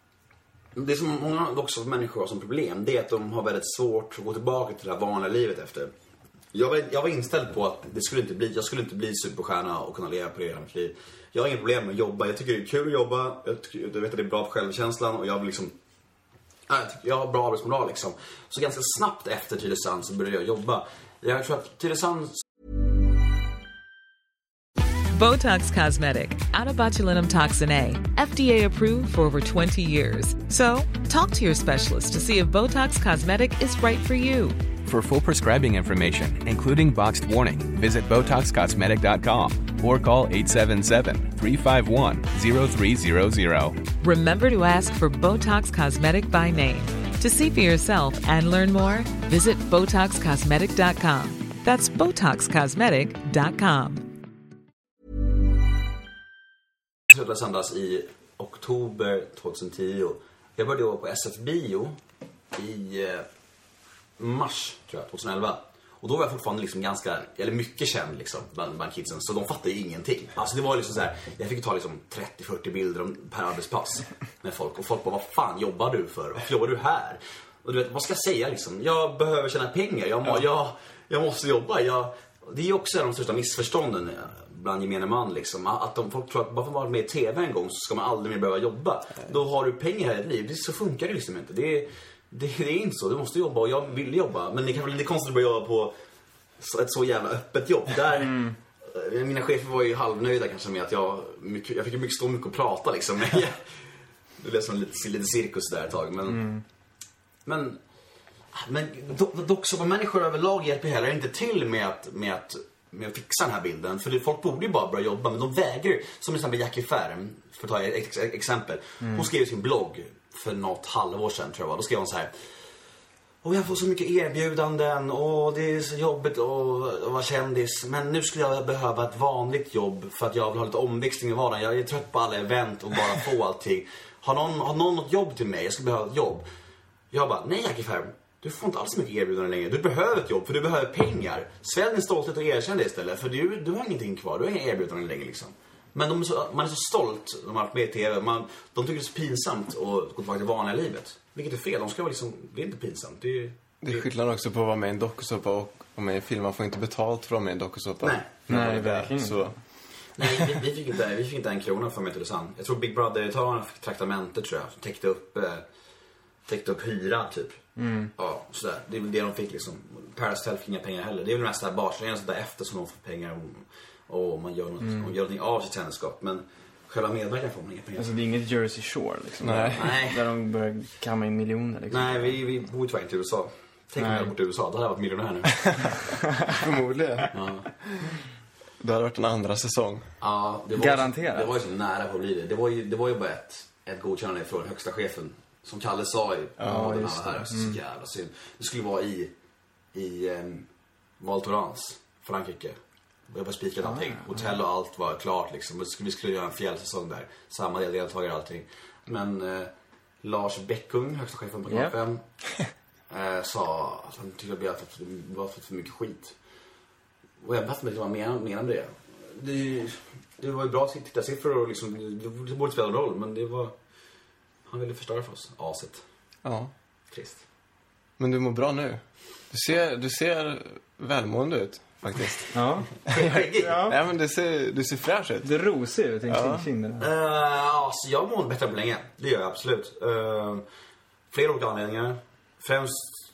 Det som många också människor har som problem, det är att de har väldigt svårt att gå tillbaka till det här vanliga livet efter. Jag var, jag var inställd på att det skulle inte bli, jag skulle inte bli superstjärna och kunna leva på det hela mitt liv. Jag har inga problem med att jobba. Jag tycker det är kul att jobba. Jag, tycker, jag vet att det är bra för självkänslan. Och jag vill liksom... Jag, tycker, jag har bra arbetsmoral liksom. Så ganska snabbt efter Tylösand så började jag jobba. Jag tror att Tylösand... Botox Cosmetic, out of botulinum toxin A, F D A approved for over twenty years. So, talk to your specialist to see if Botox Cosmetic is right for you. For full prescribing information, including boxed warning, visit Botox Cosmetic dot com or call eight seven seven, three five one, zero three zero zero. Remember to ask for Botox Cosmetic by name. To see for yourself and learn more, visit Botox Cosmetic dot com. That's Botox Cosmetic dot com. Det sändas i oktober tjugohundratio. Jag började jobba på S F Bio i mars tror jag, tjugoelva. Och då var jag fortfarande liksom ganska, eller mycket känd liksom bland, bland kidsen. Så de fattade ju ingenting. Alltså det var liksom så här, jag fick ta liksom trettio till fyrtio bilder om, per arbetspass med folk. Och folk bara, vad fan jobbar du för? Varför jobbar du här? Och du vet, vad ska jag säga liksom? Jag behöver tjäna pengar. Jag, må, jag, jag måste jobba. Jag, det är också en av de största missförstånden bland gemene man liksom. Att de folk tror att bara för att vara med i tv en gång så ska man aldrig mer behöva jobba. Då har du pengar här i liv. Det, så funkar det liksom inte. Det är, det, det är inte så. Du måste jobba och jag vill jobba. Men det kan vara lite konstigt att börja jobba på ett så jävla öppet jobb. Där, mm. Mina chefer var ju halvnöjda kanske med att jag, mycket, jag fick mycket stå mycket och prata liksom. Det blev som lite, lite cirkus där ett tag. Men, mm. men, men dock så var människor överlag hjälper heller inte till med att, med att med att fixa den här bilden. För det, folk borde ju bara börja jobba, men de vägrar. Som till exempel Jackie Färm, för att ta ett ex- exempel. Mm. Hon skrev i sin blogg för något halvår sedan tror jag var. Då skrev hon så här: och jag får så mycket erbjudanden och det är så jobbigt att vara kändis. Men nu skulle jag behöva ett vanligt jobb för att jag vill ha lite omväxling i vardagen. Jag är trött på alla event och bara få allting. Har någon, har någon något jobb till mig? Jag skulle behöva ett jobb. Jag bara, nej Jackie Färm, du får inte alls mycket erbjudanden längre. Du behöver ett jobb för du behöver pengar. Svälj din stolthet och erkänn det istället. För du, du har ingenting kvar, du har inga erbjudanden längre liksom. Men de är så, man är så stolt när man har varit med i tv. Man, de tycker det är så pinsamt att gå tillbaka till vanliga livet. Vilket är fel, de ska vara liksom, det är inte pinsamt. Det är, det är skillnad också på att vara med i en dokusåpa och vara med i en film. Man får inte betalt för att vara med i en dokusåpa. Nej, Nej verkligen så. Nej, vi, vi, fick inte, vi fick inte en krona för mig till Lausanne. Jag tror Big Brother-talarna fick traktamente tror jag. Täckte upp, eh, täckte upp hyra typ. Mm. Ja, sådär. Det är väl det de fick liksom. Paradise Hotel fick inga pengar heller. Det är väl mest där bars. Det är sådär efter som de får pengar och, och man gör något, mm. och gör någonting av sitt sändskap. Men själva medverkan får man inga pengar. Alltså det är inget Jersey Shore liksom. Nej. Där, där de börjar kamma in miljoner liksom. Nej, vi, vi bor tyvärr inte i U S A. Tänk om jag hade bort i U S A, då hade jag varit miljonär nu. Förmodligen. Ja. Det hade varit en andra säsong. Ja, det var Garanterat. Så, det var ju så nära på att bli det. Det var ju, det var ju bara ett, ett godkännande från högsta chefen. Som Kalle sa i ja, den här, här. Så, mm. så jävla synd. Det skulle vara i, i um, Val Thorens, Frankrike. Vi har bara spikat allting. Ah, hotell och allt var klart liksom. Vi skulle, vi skulle göra en fjällsäsong där. Samma del deltagare och allting. Men eh, Lars Bäckung, högsta chefen på Kanal fem, yeah. eh, sa att han tyckte att vi hade fått, vi hade fått för mycket skit. Och jag vet inte vad jag menar med det. det. Det var ju bra tittarsiffror och liksom, det, det borde spela en roll. Men det var, han ville förstöra för oss. Aset. Ja. Trist. Men du mår bra nu. Du ser, du ser välmående ut. Faktiskt. Ja. ja. Nej, men det ser, du ser fräsch ut. Det rosig ut, inte ja. kinderna. Uh, alltså, jag mår bättre på länge. Det gör jag absolut. Uh, flera olika anledningar. Främst,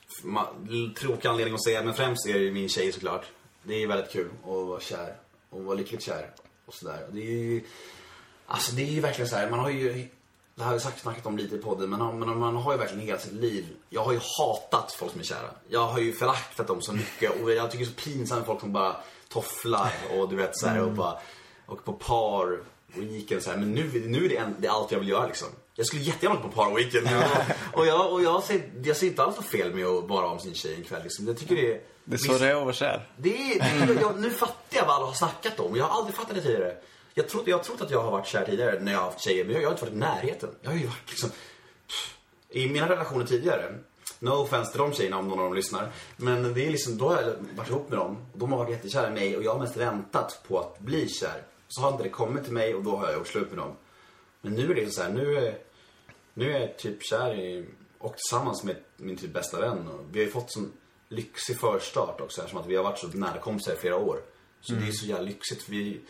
ma- tråkiga anledningar att säga, men främst är det min tjej såklart. Det är väldigt kul att vara kär. Och vara lyckligt kär. Och sådär. Det är ju, alltså det är ju verkligen så här. Man har ju, det har jag sagt, snackat om lite i podden, men man, man, man har ju verkligen hela sitt liv. Jag har ju hatat folk som är kära. Jag har ju föraktat dem så mycket. Och jag tycker det är så pinsamt folk som bara tofflar och du vet så här, mm. och bara och på par weekend så här. Men nu, nu är det, en, det är allt jag vill göra liksom. Jag skulle jättegärna på par weekend. och, och jag, och jag, ser, jag ser inte alls något fel med att bara ha sin tjej en kväll liksom. Jag tycker det är... Det är så det är att vara kär. Det är, det, jag, nu fattar jag vad alla har snackat om. Jag har aldrig fattat det tidigare. Jag trodde jag trodde att jag har varit kär tidigare när jag har haft tjejer, men jag har inte varit i närheten. Jag har ju varit liksom i mina relationer tidigare. No offense till de tjejerna om någon av dem lyssnar, men det är liksom, då har jag varit ihop med dem och de har varit jättekära i mig och jag har mest väntat på att bli kär. Så har inte det kommit till mig och då har jag gjort slut med dem. Men nu är det så här, nu är nu är jag typ kär i och tillsammans med min typ bästa vän och vi har ju fått sån lyxig förstart också, som att vi har varit så nära kompisar i flera år. Så mm. det är så jävla lyxigt för vi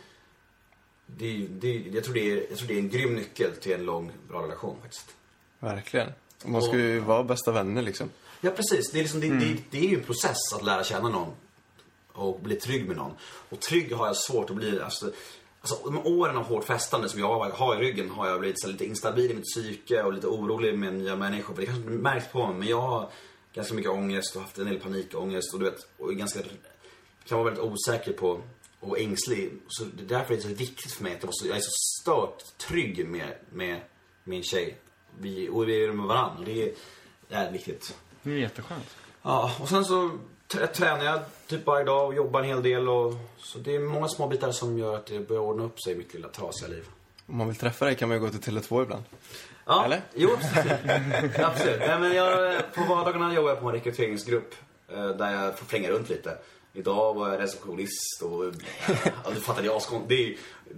Det, det, jag, tror det är, jag tror det är en grym nyckel till en lång, bra relation faktiskt. Verkligen. Man ska ju vara bästa vänner liksom. Ja, precis. Det är, liksom, det, mm. det, det är ju en process att lära känna någon och bli trygg med någon. Och trygg har jag svårt att bli. Alltså, alltså de åren av hårt festande som jag har i ryggen har jag blivit så lite instabil i mitt psyke och lite orolig med nya människor. För det kanske inte märks på mig, men jag har, ganska mycket ångest och haft en del panikångest och du vet, och är ganska, kan vara väldigt osäker på och ängslig. Så det är därför är det så viktigt för mig att jag, måste, jag är så stört trygg med, med min tjej. Vi, och vi är med varandra. Det är, det är viktigt. Det är jätteskönt. Ja, och sen så tränar jag typ varje dag och jobbar en hel del. Och, så det är många små bitar som gör att det börjar ordna upp sig i mitt lilla trasiga liv. Om man vill träffa dig kan man ju gå till Tele två ibland. Ja, eller? Jo, absolut. absolut. Nej, men jag, på vardagarna jobbar jag på en rekryteringsgrupp där jag får flänga runt lite. Idag var jag receptionist och ja, du fattar, jag skon, det är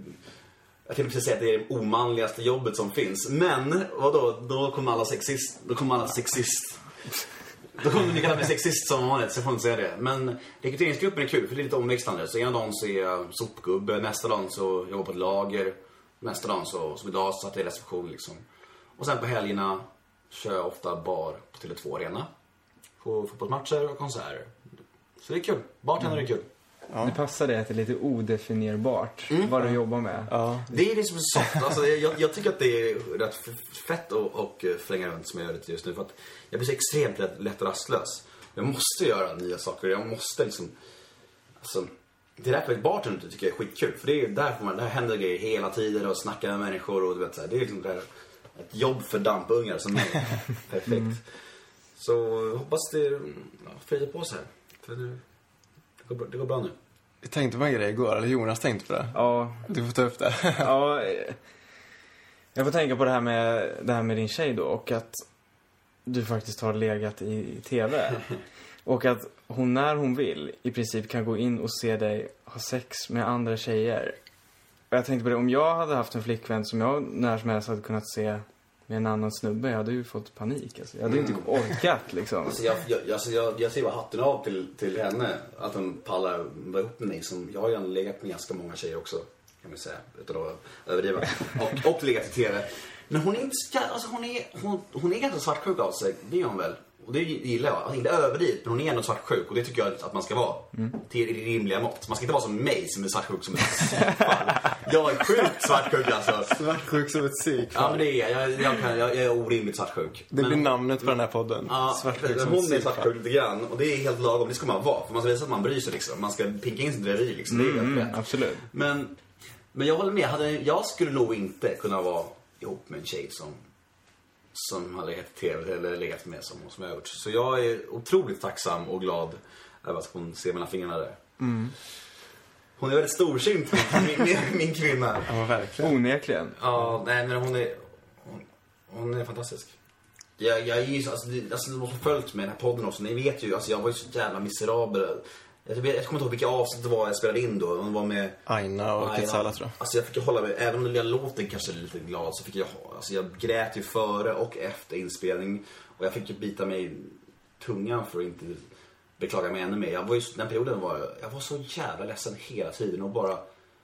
jag kan inte säga att det är det omanligaste jobbet som finns. Men vadå, då kommer alla sexist, då kommer alla sexist. Då kommer ni kalla mig sexist som vanligt, så jag får inte säga det. Men rekryteringsgruppen är kul för det är lite omväxlande. Så ena dagen så är jag sopgubbe, nästa dagen så jobbar jag på ett lager, nästa dagen så som idag så att det är reception liksom. Och sen på helgerna kör jag ofta bar på Tele två Arena. På fotbollsmatcher och konserter. Så det är kul. Bartender är kul. Ja. Det passar det att det är lite odefinierbart mm. vad du jobbar med. Ja. Det är liksom soft. Alltså, jag, jag tycker att det är rätt fett att och flänga runt som jag gör det just nu. För att jag blir så extremt lätt, lätt rastlös. Jag måste göra nya saker. Jag måste liksom... Alltså, det är därför att bartender tycker jag är skitkul. För det är därför man, där händer grejer hela tiden och snackar med människor. Och du vet, så här, det är liksom där, ett jobb för dampungar som är perfekt. Mm. Så hoppas det ja, friar på sig här. För det, det, går, det går bra nu. Jag tänkte på en grej igår, eller Jonas tänkte på det. Ja. Du får ta upp det. Ja, jag får tänka på det här med, det här med din tjej då. Och att du faktiskt har legat i tv. Och att hon när hon vill i princip kan gå in och se dig ha sex med andra tjejer. Och jag tänkte på det, om jag hade haft en flickvän som jag när som helst hade kunnat se med en annan snubbe, jag hade ju fått panik alltså. Jag hade ju mm. inte orkat liksom. Alltså jag, jag, alltså jag, jag ser bara hatten av till, till henne att hon pallar vara upp med mig. Som, jag har ju legat med ganska många tjejer också, kan man säga, utan att överdriva. Och, och legat i tv. Men hon är inte, alltså hon är, hon, hon är ganska svartsjuk av sig, det är hon väl. Och det gillar jag, alltså inte överdrivet, men hon är ändå svartsjuk. Och det tycker jag att man ska vara mm. till rimliga mått. Man ska inte vara som mig som är svartsjuk som ett psykfall. Jag är sjukt svartsjuk alltså. Svartsjuk som ett psykfall. Ja men det är jag, jag, kan, jag, jag är orimligt svartsjuk. Det men, blir namnet på den här podden. Ja, svartsjuk som hon ett är svartsjuk lite grann. Och det är helt lagom, det ska man vara. För man ska visa att man bryr sig liksom. Man ska pinka in sin dröjeri liksom. Det är mm, helt rätt. Absolut. Men, men jag håller med, hade, jag skulle nog inte kunna vara ihop med en tjej som som har legat i tv eller legat med som, som jag har gjort. Så jag är otroligt tacksam och glad över att hon ser mina fingrarna där. Mm. Hon är väldigt storsint, min, min, min kvinna. Ja, verkligen. Onekligen. Ja, nej men hon är hon, hon är fantastisk. Jag, jag är ju, alltså, det, alltså de som följt med den här podden också, ni vet ju, alltså jag var ju så jävla miserabel. Jag, vet, jag kommer inte ihåg vilka avsnitt det var jag spelade in då. Hon var med Aina och Ketsala tror jag. Alltså jag fick ju hålla mig, även om jag låter kanske lite glad så fick jag, alltså jag grät ju före och efter inspelning. Och jag fick ju bita mig i tungan för att inte beklaga mig ännu mer. Jag var ju, den perioden var jag var så jävla ledsen hela tiden och bara,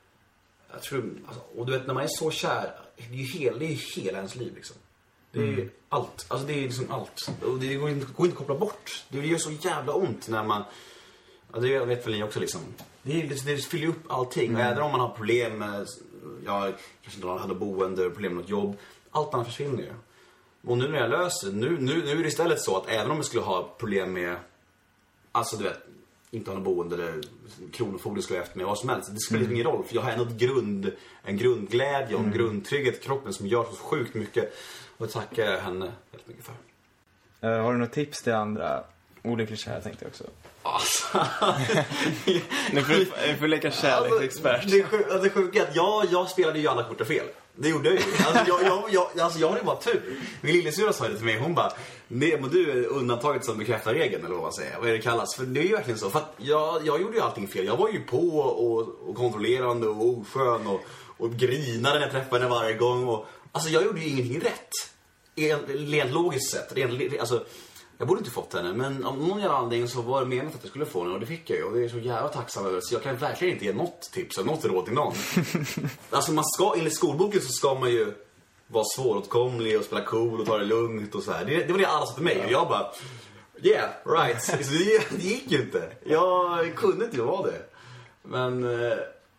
jag tror, alltså, och du vet när man är så kär, det är ju hela, det är ju hela ens liv liksom. Det är mm. allt, alltså det är liksom allt. Och det går inte, går inte att koppla bort. Det gör så jävla ont när man, ja, det vet väl ni också liksom. Det, det, det fyller upp allting. Mm. Och även om man har problem med, ja, kanske inte hade boende, problem med något jobb. Allt annat försvinner ju. Och nu när jag löser, nu, nu, nu är det istället så att även om jag skulle ha problem med, alltså du vet, inte ha något boende eller kronofogden skulle efter mig, vad som helst. Det spelar mm. ingen roll, för jag har ändå ett grund, en grundglädje och en mm. grundtrygghet i kroppen som gör så sjukt mycket. Och det tackar jag henne väldigt mycket för. Uh, har du något tips till andra olyckligt kära, tänkte jag också. Alltså, nu får du får leka kärleksexpert. Alltså, det, det sjuka är att jag, jag spelade ju alla korten fel. Det gjorde jag ju. Alltså jag, jag, jag, alltså jag hade bara tur. Min lillasyrra sa det till mig. Hon bara, nej men du är undantaget som bekräftar regeln, eller vad man säger. Vad är det kallas? För det är ju verkligen så. För att jag, jag gjorde ju allting fel. Jag var ju på och, och kontrollerande och oskön och, och grinade när jag träffade henne varje gång. Och, alltså jag gjorde ju ingenting rätt. Rent logiskt sett. Rent, alltså, jag borde inte fått henne, men om någon jävla anledning så var det menat att jag skulle få henne, och det fick jag ju. Och det är så jävla tacksam över. Så jag kan verkligen inte ge något tips eller något råd till någon. Alltså man ska, enligt skolboken så ska man ju vara svåråtkomlig och spela cool och ta det lugnt och så här. Det, det var det alla sa till mig. Och jag bara, yeah, right. Så det, det gick ju inte. Jag kunde inte vara det. Men eh,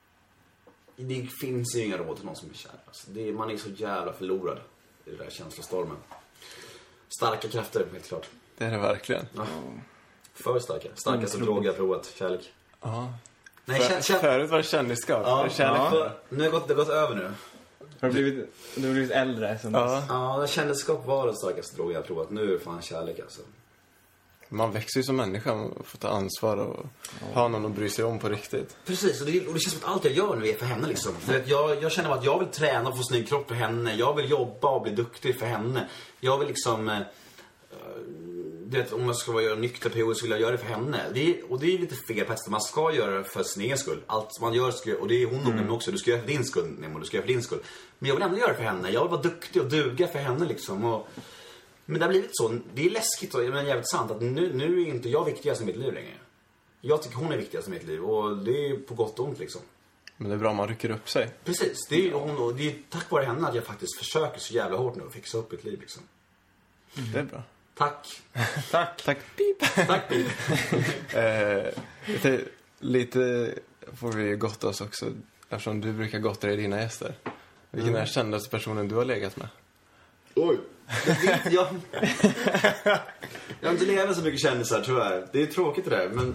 det finns ju inga råd till någon som är kär. Alltså, det, man är så jävla förlorad i den där känslostormen. Starka krafter, helt klart. Det är det verkligen. Ja. För starka. Starkaste drog jag provat, kärlek. Ja. Nej, För, kär, kär... Förut var det kändisskap. Ja, Det är kärlek. Ja. för... Nu har det gått, det har gått över nu. Har du blivit, du har blivit äldre sen Ja. dess? Ja, kändisskap var den starkaste drog jag har provat. Nu är det fan kärlek alltså. Man växer ju som människa och får ta ansvar och ha någon att bry sig om på riktigt. Precis, och det, och det känns som att allt jag gör nu är för henne liksom. För att jag, jag känner att jag vill träna och få snygg kropp för henne. Jag vill jobba och bli duktig för henne. Jag vill liksom... Eh, du vet, om jag ska vara göra en nykter period så vill jag göra det för henne. Det är, och det är lite fel på ett sätt. Man ska göra det för sin egen skull. Allt man gör, ska, och det är hon nog mm. också. Du ska göra det för din skull, Nemo. Du ska göra det för din skull. Men jag vill ändå göra det för henne. Jag vill vara duktig och duga för henne liksom. Och, men det har blivit så. Det är läskigt och men jävligt sant att nu, nu är inte jag viktigast i mitt liv längre. Jag tycker hon är viktigast i mitt liv. Och det är på gott och ont liksom. Men det är bra om man rycker upp sig. Precis. Det är, hon, och det är tack vare henne att jag faktiskt försöker så jävla hårt nu att fixa upp mitt liv liksom. Mm. Det är bra. Tack. Tack. Tack, pip. Tack, Pip. eh, det, lite får vi gotta oss också. Eftersom du brukar gotta dig dina gäster. Vilken mm. är den kändaste personen du har legat med? Oj. Jag, jag, jag har inte legat med så mycket kändisar, tyvärr. Det är tråkigt det där, men...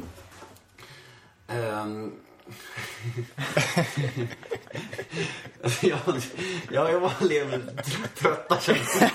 Um, jag, jag, jag bara lever med trötta kändisar.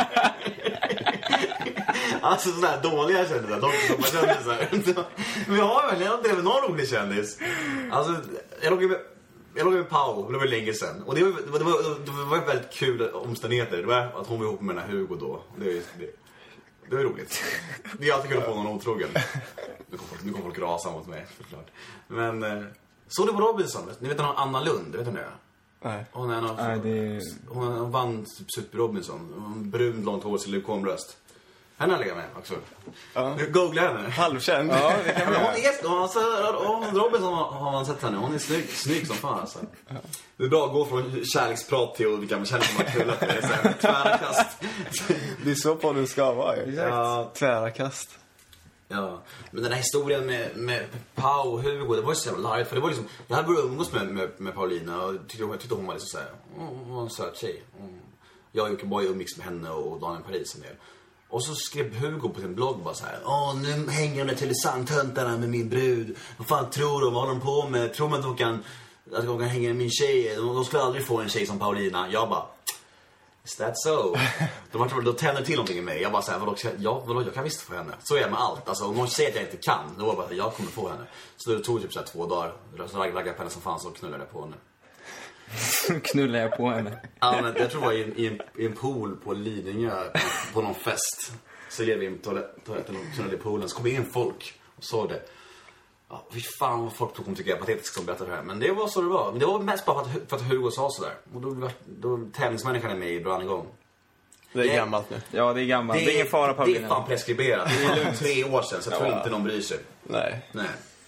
Alltså sådär dåliga kändisar, de som är kändisar. Men jag har väl, jag har inte med någon rolig kändis. Alltså, jag låg med... Jag låg med Pau, det var länge sedan. Och det var, det var, det var väldigt kul omständigheter. Det var att hon var ihop med den här Hugo då. Det, det, det var roligt. Det är alltid kul att få någon otrogen. Nu kommer folk, nu kommer folk rasa mot mig, förklart. Men, eh, såg du på Robinson? Ni vet någon Anna Lund, vet du det? Nej. Hon, är en av, Nej, det... hon vann typ Super Robinson. Hon brun, långt hår, silikonbröst. Henne har legat med också. Ja. Googla henne. Halvkänd. Ja, det kan Men man hon är hon, alltså, hon, Robinson har man sett henne. Hon är snygg, snygg som fan alltså. Det är bra att gå från kärleksprat till vilka man känner som man krullat. Det är så här tvära kast. Det är så på du ska vara ju. Ja. Tvära kast. Ja, men den här historien med, med Pau och Hugo, det var ju så jävla larvigt. För det var liksom, jag hade börjat umgås med, med, med Paulina och tyckte, jag tyckte hon var liksom såhär, hon var en söt tjej. Jag och Jocke Boy umgicks med henne och Daniel Paris en del. Och så skrev Hugo på sin blogg bara så här: åh, nu hänger de där telesantöntarna med min brud. Vad fan tror de? Vad håller de på med? Tror man att de kan, att de kan hänga med min tjej? De, de skulle aldrig få en tjej som Paulina. Jag bara, is that so? De, då tände till någonting i mig. Jag bara så här, vadå, jag, vadå, jag kan visst få henne. Så är jag med allt. Alltså, om någon säger att jag inte kan, då var bara, jag kommer få henne. Så det tog typ så här två dagar. Så raggade jag på henne som fan, så knullade jag på henne. Knullar jag på henne. Ja, men jag tror det var i en, i en, i en pool på Lidingö på, på någon fest. Så gick vi in på toaletten och knullade i poolen. Så kom in folk och såg det. Ja, fy fan vad folk tog tycker jag patetiskt som berättade det här. Men det var så det var. Men det var mest bara för att, för att Hugo sa sådär. Och då, då tävlingsmänniskan är med i brann igång. Det är det, gammalt nu. Ja, det är gammalt. Det, det är ingen fara på. Det är fan preskriberat. Det är lugnt tre år sedan, så jag tror ja. inte någon bryr sig. Nej. Nej.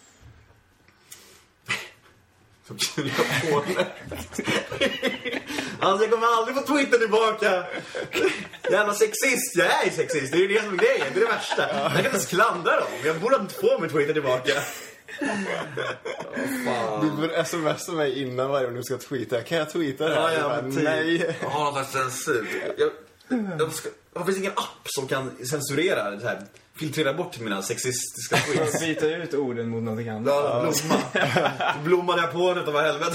Så kul jag på det. Alltså jag kommer aldrig få Twitter tillbaka. Jävla sexist, jag är sexist. Det är ju det som är grejen, det är det värsta. Jag kan inte ens klandra dem. Jag borde inte få min Twitter tillbaka. Oh, fan. Du borde smsa mig innan varje gång du ska tweeta. Kan jag tweeta det här? Ja, ja, bara, men nej. Jag har någon slags censur. Jag, jag ska, det finns ingen app som kan censurera det här. Filtrera bort mina sexistiska tweets. Byta ut orden mot någonting annat. Ja, blomma. Blommade jag på det, det var helvete.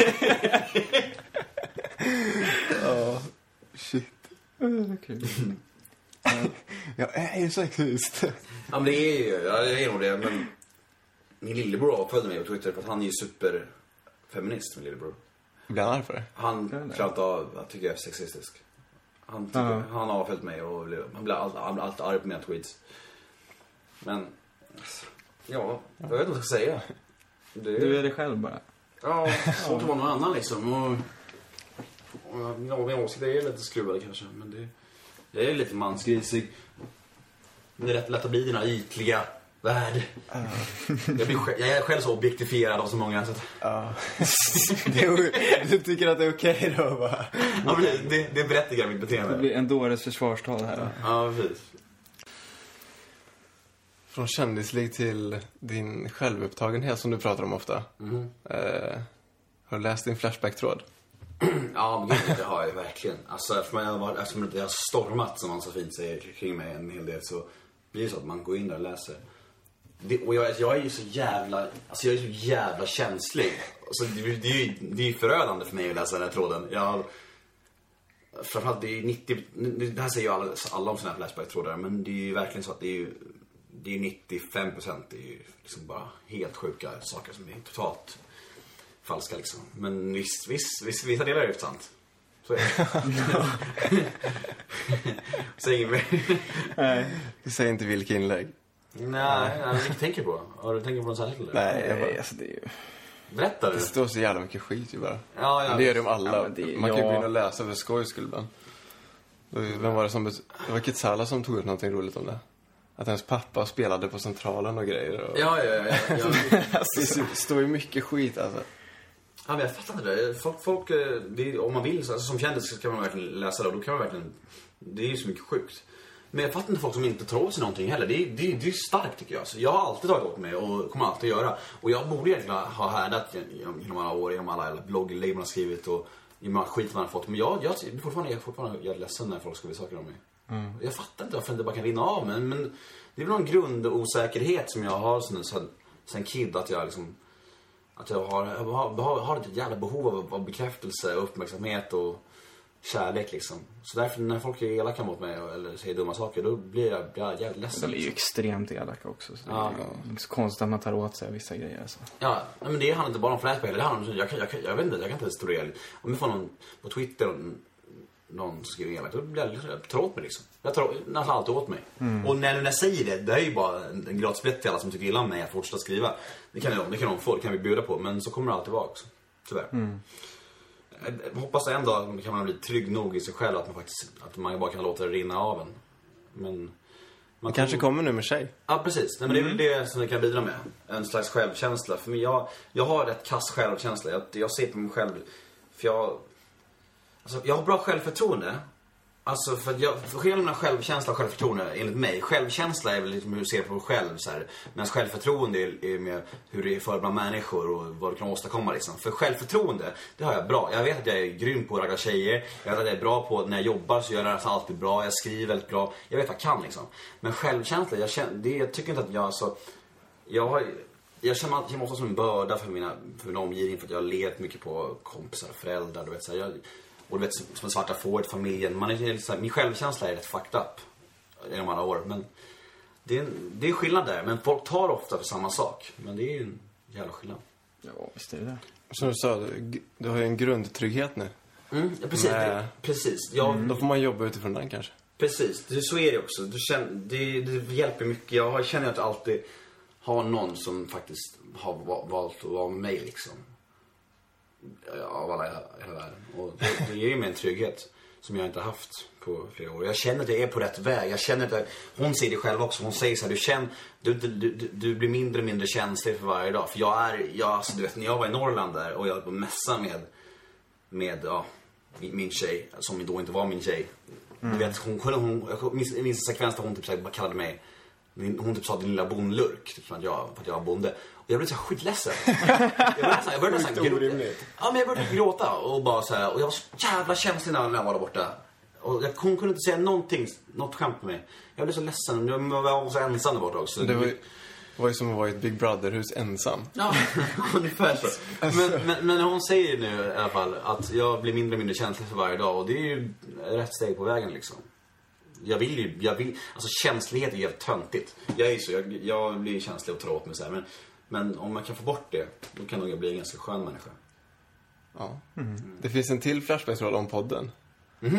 Ja, shit. Kul. Jag är ju sexist. Ja, men det är ju, ja, jag är nog det, men min lillebror följde mig på Twitter för att han är ju superfeminist, min lillebror. Blir han arg för det? Han klarar inte av att tycka jag är sexistisk. Han, tycker, uh-huh. han har följt mig och han blir alltid, han blir alltid arg på mina tweets. Men, ja, jag vet inte vad jag ska säga. Det är... Du är det själv bara. Ja, svårt att vara någon annan liksom. Och, och ja, min åsikt är lite skruvade kanske, men det, det är lite mansgrisig. Men det är rätt lätt att bli dina ytliga värld. Uh. Jag, blir, jag är själv så objektifierad av så många. Så att... uh. det är, du tycker att det är okej okay då? Va? Ja, men det, det berättigar mitt beteende. Det blir en dåres försvarstal här. Ja, precis. Från kändislig till din självupptagenhet som du pratar om ofta. Mm. Eh, har du läst din Flashback-tråd? Ja, men det har jag verkligen. Alltså, eftersom jag har, eftersom jag har stormat, som man så fint säger, kring mig en hel del, så Det är ju så att man går in där och läser. Det, och jag, jag är ju så jävla, alltså jag är så jävla känslig. Alltså det, det är ju det är förödande för mig att läsa den här tråden. Jag, framförallt det är nittio, det här säger ju alla, alla om såna här Flashback-trådar, men det är ju verkligen så att det är ju, det är nittiofem procent det är ju liksom bara helt sjuka saker som är totalt falska liksom. Men visst, visst, visst vissa delar är ju sant. Så är det. Säg inget mer. Nej, vi säger inte vilka inlägg. Nej, jag vilket tänker på. Har du tänkt på något särskilt? Nej, jag bara... alltså det är ju... Berätta du. Det står så jävla mycket skit ju bara. Ja, ja. Men det gör de alla. Ja, det, Man kan ju ja. gå in och läsa för skojs skull ibland. Vem var det som... Det var Kitsala som tog upp någonting roligt om det. Att ens pappa spelade på Centralen och grejer. Och... Ja, ja, ja. ja. Det står ju mycket skit alltså. Ja, men jag fattar inte det. Folk, folk det, om man vill, alltså, som kändis så kan man verkligen läsa det. Och då kan man verkligen... Det är ju så mycket sjukt. Men jag fattar inte folk som inte tror sig någonting heller. Det är, det, det är starkt tycker jag. Så jag har alltid tagit åt mig och kommer alltid att göra. Och jag borde egentligen ha härdat genom alla år, genom alla blogginlägg man har skrivit och genom all skit man har fått. Men jag, jag, fortfarande, jag, fortfarande, jag är ledsen när folk skriver saker om mig. Mm. Jag fattar inte varför det bara kan rinna av. Men, men det är väl någon grundosäkerhet som jag har sen, sen, sen kid. Att jag liksom... Att jag har, jag har, har, har ett jävla behov av, av bekräftelse, uppmärksamhet och kärlek liksom. Så därför när folk är elaka mot mig eller säger dumma saker, då blir jag, blir jag jävligt ledsen. De är ju extremt elaka också. Så det ja. är ju så konstigt att man tar åt sig vissa grejer. Alltså. Ja, men det handlar inte bara om Flashback. Det handlar om, jag, jag, jag, jag vet inte, jag kan inte historia. Om jag får någon på Twitter någon som skriver elakt, då blir jag, jag tar åt mig liksom. Jag tar nästan alltid åt mig. Mm. Och när, när jag säger det, det är ju bara en, en gratisbiljett till alla som tycker illa om mig att fortsätta skriva. Det kan de, det kan de få, det kan vi bjuda på. Men så kommer det alltid vara också, tyvärr. Mm. Jag hoppas en dag kan man bli trygg nog i sig själv att man faktiskt att man bara kan låta det rinna av en. Men man det kanske kommer nu med sig. Ja, precis. Nej, men mm. det är väl det som det kan bidra med. En slags självkänsla. För mig, jag, jag har rätt kass självkänsla. Jag, jag ser på mig själv. För jag... Alltså, jag har bra självförtroende. Alltså, för att jag... För skillnaden mellan självkänsla och självförtroende, enligt mig. Självkänsla är väl liksom hur du ser på dig själv. Så här. Medan självförtroende är, är med hur det är för bland människor och vad du kan åstadkomma. Liksom. För självförtroende, det har jag bra. Jag vet att jag är grym på att ragga tjejer. Jag vet att jag är bra på, när jag jobbar så gör jag det alltid bra. Jag skriver väldigt bra. Jag vet vad jag kan liksom. Men självkänsla, jag, känner, det, jag tycker inte att jag... Alltså, jag har... Jag känner att jag måste som en börda för, mina, för min omgivning. För att jag har levt mycket på kompisar och föräldrar. Du vet, så här, jag, och du vet, som en svarta fåret, familjen. Man är, så här, min självkänsla är rätt fucked up genom alla år. Men det är, det är skillnad där. Men folk tar ofta för samma sak. Men det är ju en jävla skillnad. Ja, visst är det det. Som du sa, du, du har ju en grundtrygghet nu. Mm, ja, precis. Det, precis. Jag, mm. Då får man jobba utifrån den kanske. Precis, det, så är det också. Du känner, det, det hjälper mycket. Jag känner att jag alltid har någon som faktiskt har valt att vara med mig liksom. Av alla i hela världen. Och det, det ger mig en trygghet som jag inte har haft på flera år. Jag känner att jag är på rätt väg. Jag känner att jag, hon säger det själv också. Hon säger så här, du, känner, du, du, du, du blir mindre och mindre känslig för varje dag. För jag är, jag, alltså, du vet, när jag var i Norrland där och jag var på mässa med, med ja, min tjej, som då inte var min tjej. Mm. Du vet, hon, hon, jag minns en sekvens där hon typ bara kallade mig, hon typ sa din lilla bondlurk, typ, för, att jag, för att jag var bonde. Och jag blev så skitledsen. Jag började nästan, jag började nästan gråta. Ja, men jag började gråta och bara så här, och jag var så jävla känslig när jag var där borta. Och jag, hon kunde inte säga någonting, något skämt med mig. Jag blev så ledsen, jag var så ensam där borta också. Det var ju, var ju som att vara i ett Big Brother-hus ensam. Ja, ungefär så. Men, men, men hon säger nu i alla fall att jag blir mindre och mindre känslig för varje dag. Och det är ju rätt steg på vägen liksom. Jag vill ju, jag vill, alltså känslighet är helt töntigt. Jag är så, jag, jag blir känslig och tar åt mig så här, men, men om man kan få bort det, då kan nog jag bli en ganska skön människa. Ja. Mm. Det finns en till Flashback-roll om podden. Mhm.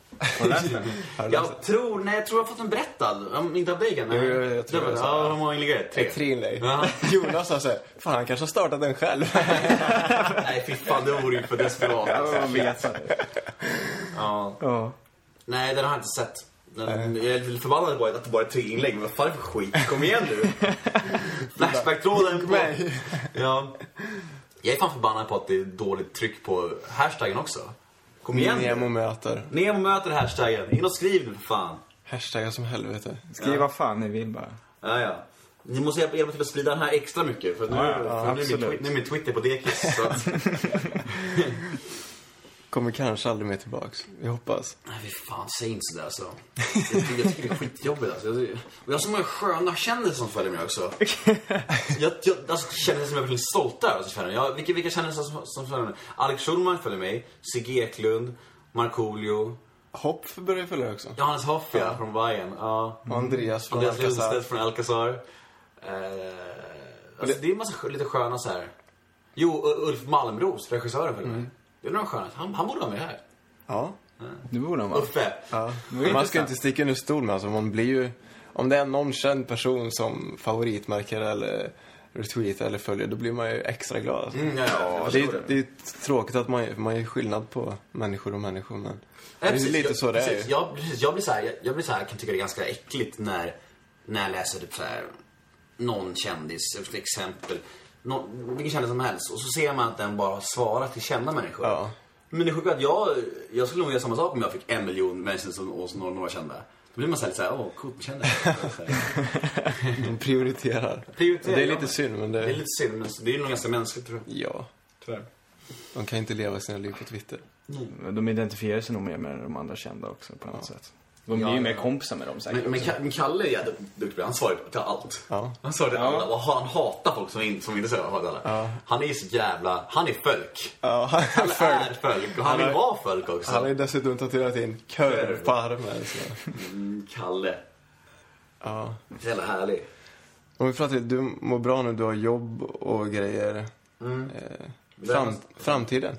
Jag tror, nej, jag tror jag har fått en berättad. Om inte av dig igen. Jo, jag, jag tror det. Ja, hur många inlägg? Tre. Ett tre inlägg. Ja. Jonas sa såhär, fan han kanske har startat den själv. Nej, fy fan, det vore ju för desperat. Jag vet. Ja. Ja. Nej, den har jag inte sett. Den, jag är förbannad på att det bara är tre inlägg. Men vad fan är det för skit? Kom igen nu. Flashback-tråden på... Ja. Jag är fan förbannad på att det är dåligt tryck på hashtaggen också. Kom igen. Nemo möter. Nemo möter hashtaggen. In och skriv nu för fan. Hashtaggar som helvete. Skriv vad fan ni vill bara. Ja, ja. Ni måste hjälpa er till att sprida den här extra mycket. För nu, ja, ja, för nu, är, min, nu är min Twitter på dekis. Så att... kommer kanske aldrig mer tillbaks. Jag hoppas. Nej, vi fan, säg inte sådär alltså. Jag, jag tycker det är skitjobbigt alltså. Jag, och jag har så många sköna kändisar som följer mig också. Jag, jag alltså, kändisar som jag är väldigt stolt över. Alltså, jag, vilka, vilka kändisar som, som följer mig? Alex Schulman följer mig. Sigge Eklund. Markoolio. Hopp börjar följa också. Johannes Hoff, ja, från Bayern. Ja. Och Andreas från Andreas Alcazar. Lundstedt från Alcazar. Eh, alltså, det är en massa lite sköna så här. Jo, Ulf Malmros, regissören följer mig. Det är några sköna. Han, han borde vara med här. Ja. Du borde vara. Uffe. Ja. Man ska inte sticka under stol med, alltså, man blir ju, om det är någon känd person som favoritmarkerar eller retweetar eller följer, då blir man ju extra glad alltså. Mm, ja, ja, det, är, det är tråkigt att man, man är skillnad på människor och människor, men det är precis, lite jag, så det precis, är. jag, precis, jag blir så här, jag, jag blir så här, kan tycka det är ganska äckligt när när jag läser typ så här någon kändis, till exempel någon, vilken kändis som helst, och så ser man att den bara har svarat till kända människor. Ja. Men det är sjukt att jag jag skulle nog göra samma sak om jag fick en miljon människor som, och några, några kända. Då blir man så här, så här åh, coolt med kända. De prioriterar. Prioriterar, Det är ja, lite synd, men det, Det är lite synd, men det är nog ganska mänskligt, tror jag. ja, Tyvärr. de kan inte leva sina liv på Twitter. De identifierar sig nog mer med de andra kända också på något sätt. De blir Ja, ju mer ja. kompisar med dem säkert. Men, men, också. Ka- men Kalle är jävligt duktig. Han svarar till allt. Ja. Han svarar till Ja. alla. Och han hatar folk som, in, som inte säger att alla. Ja. Han är ju så jävla... Han är folk. Ja, han Han är folk. är folk. Och han vill Han är- vara folk också. Han har ju dessutom tatuerat in kör på armen. Så. Mm, Kalle. Ja. Så jävla härlig. Om vi pratar, du mår bra nu, du har jobb och grejer. Mm. Eh, fram, framtiden.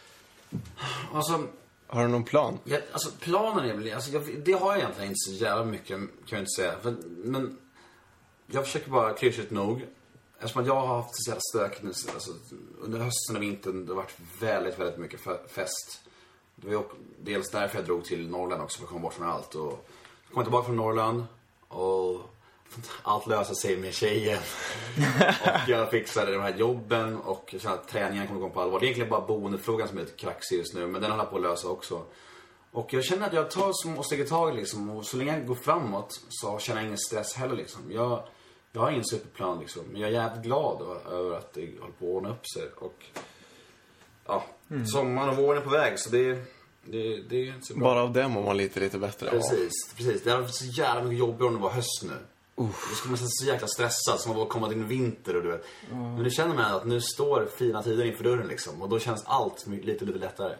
Alltså, Har du någon plan? jag, alltså planen är väl... Alltså, jag, det har jag egentligen inte så jävla mycket, kan jag inte säga. För, men jag försöker bara klyschigt nog. Eftersom att jag har haft så jävla stök nu, alltså, under hösten och vintern, det har varit väldigt, väldigt mycket fe- fest. Det var ju också, dels därför jag drog till Norrland också, för att komma bort från allt. Och kom tillbaka från Norrland och allt lösa sig med tjejen. Och jag fixade de här jobben och jag kände att träningen kommer gå på allvar. Det är egentligen bara boendefrågan som är lite kraxig just nu, men den håller på att lösa också. Och jag känner att jag tar som och steget tag liksom, och så länge jag går framåt så känner jag ingen stress heller liksom. Jag, jag har ingen superplan liksom, men jag är jävligt glad över att det håller på att ordna upp sig. Och ja, mm. sommaren och våren är på väg, så det, det, det är så bra. Bara av det mår man lite, lite bättre. Precis, precis. Det har varit så jävla mycket jobbigare om det var höst nu. Då skulle man känna sig så jäkla stressad som att bara komma till en vinter och du vet. Mm. Men nu känner man att nu står fina tider inför dörren liksom. Och då känns allt lite, lite lättare.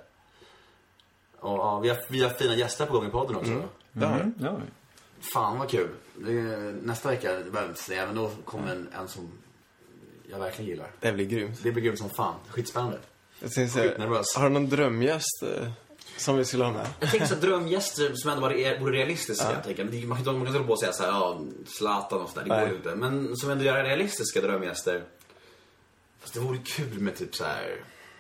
Och ja, vi har, vi har fina gäster på gång i podden också. Mm. Det har Mm, ja. Fan vad kul. Det är, nästa vecka, det behöver inte säga, men då kommer en, en som jag verkligen gillar. Det blir grymt. Det blir grymt som fan. Skitspännande. Jag tänkte säga, Skitnervös. har du någon drömgäst eh, som vi skulle ha med? Jag tänker så här, drömgäster som ändå vore vore realistiska. Ja. Jag tänker. Men det- Man kan inte man kan inte hålla på och säga så här, ja, Zlatan och sådär, det går Nej. ju inte. Men som ändå gör realistiska drömgäster. Fast det vore kul med typ så här,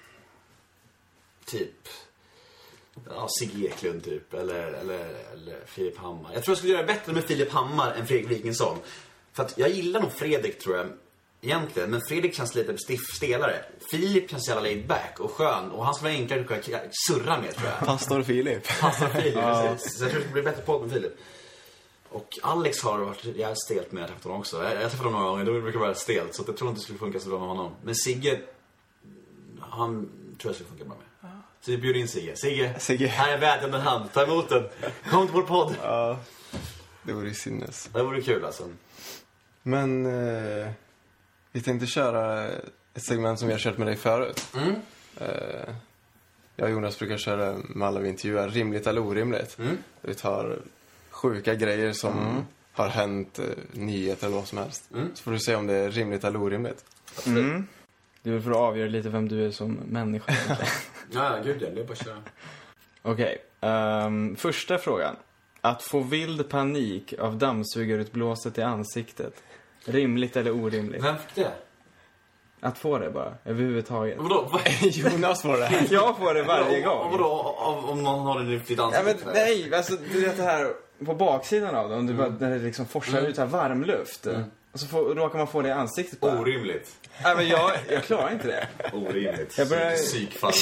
typ, ja, Sigge Eklund typ. Eller, eller, eller Filip Hammar. Jag tror jag skulle göra bättre med Filip Hammar än Fredrik Wikingsson. För att jag gillar nog Fredrik, tror jag. Egentligen, men Fredrik känns lite stiff stelare. Filip känns jävla laid back och skön. Och han skulle vara enklare att kunna surra med, tror jag. Pastor Filip. Passar Filip, precis. Så jag tror det blir bättre podd med Filip. Och Alex har varit jävligt stelt med att honom också. Jag, jag träffade honom några gånger, då brukar det vara stelt. Så jag tror inte det skulle funka så bra med honom. Men Sigge, han tror jag skulle funka bra med. Så vi bjuder in Sigge. Sigge, Sigge. här är vädjande hand. Ta emot den. Kom till vår podd. Ja, det vore ju sinnes. Det vore kul alltså. Men eh, vi tänkte köra ett segment som vi har kört med dig förut. Mm. Eh, jag och Jonas brukar köra med alla vi intervjuar, rimligt eller orimligt. Mm. Vi tar sjuka grejer som mm. har hänt, eh, nyheter eller vad som helst. Mm. Så får du se om det är rimligt eller orimligt. Mm. Det är väl för att avgöra lite vem du är som människa. Ja, gud, det är bara att köra. Okej, ehm, första frågan. Att få vild panik av dammsugarutblåset i ansiktet. Rimligt eller orimligt? Vem fick det? Att få det bara, överhuvudtaget. Vadå? Vad- Jonas får det här. Jag får det varje Vadå, gång. vadå, om, om någon har det i ditt Ja, ansikte? men, nej, alltså du vet det här på baksidan av dem, du bara, när det liksom forsar Mm. ut så här varmluft. Och så får, råkar man få det i ansiktet bara. Orimligt. Nej, men jag, jag klarar inte det. Orimligt. Jag börjar- Psykfall.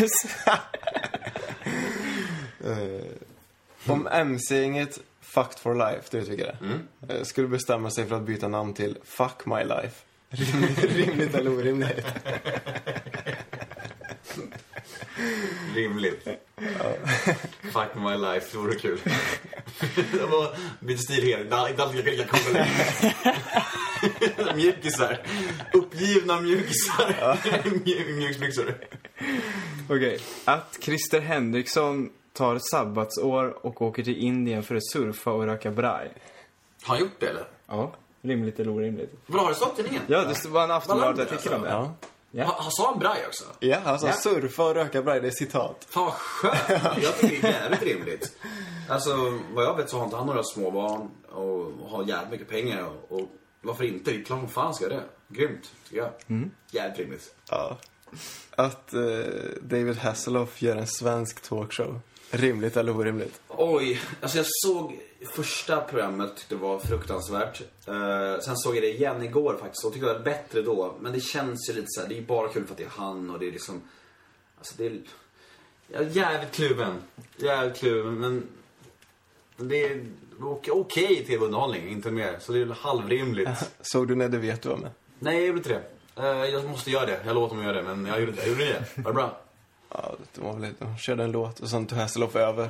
Eh, om M C-inget Fucked for Life, det vet vi vilka det är. Mm. Eh, skulle bestämma sig för att byta namn till Fuck My Life. Rimligt, rimligt eller orimligt? Rimligt. Fuck my life, det vore kul. Det var lite stil helt. Inte alltid jag kan komma längre. Mjukisar. Uppgivna mjukisar. Mjukisar. Okej, okay. Att Christer Henriksson tar sabbatsår och åker till Indien för att surfa och röka braj. Har han gjort det eller? Ja, rimligt eller orimligt. Vad har det stått i tidningen? Ja, det var en Aftonbladet-artikel om det. Ja. Ja. Ha, ha, sa han braj också? Ja, han sa Ja. surfa och röka braj, det är citat. Fan vad skönt. Jag tycker det är jävligt rimligt. Alltså, vad jag vet så har inte han några små barn och har jävligt mycket pengar. Och, och varför inte? Det är klart som fan ska det. Grymt, tycker jag. Mm. Jävligt rimligt. Ja. Att eh, David Hasselhoff gör en svensk talkshow. Rimligt eller orimligt? Oj, alltså jag såg första programmet, tyckte det var fruktansvärt. Uh, sen såg jag det igen igår faktiskt och tyckte det var bättre då. Men det känns ju lite så här, det är bara kul för att det är han och det är liksom... Alltså det är... Jag är jävligt kluven. Jävligt kluven, men... Det är okej okay tv-underhållning, inte mer. Så det är halvrimligt. Såg du när du vet du var med? Nej, jag gjorde inte det. Uh, jag måste göra det. Jag låter dem göra det, men jag gjorde det. Jag gjorde det. Var det bra? Ja, det var väl lite. De körde en låt och sen tog Hasselhoff över.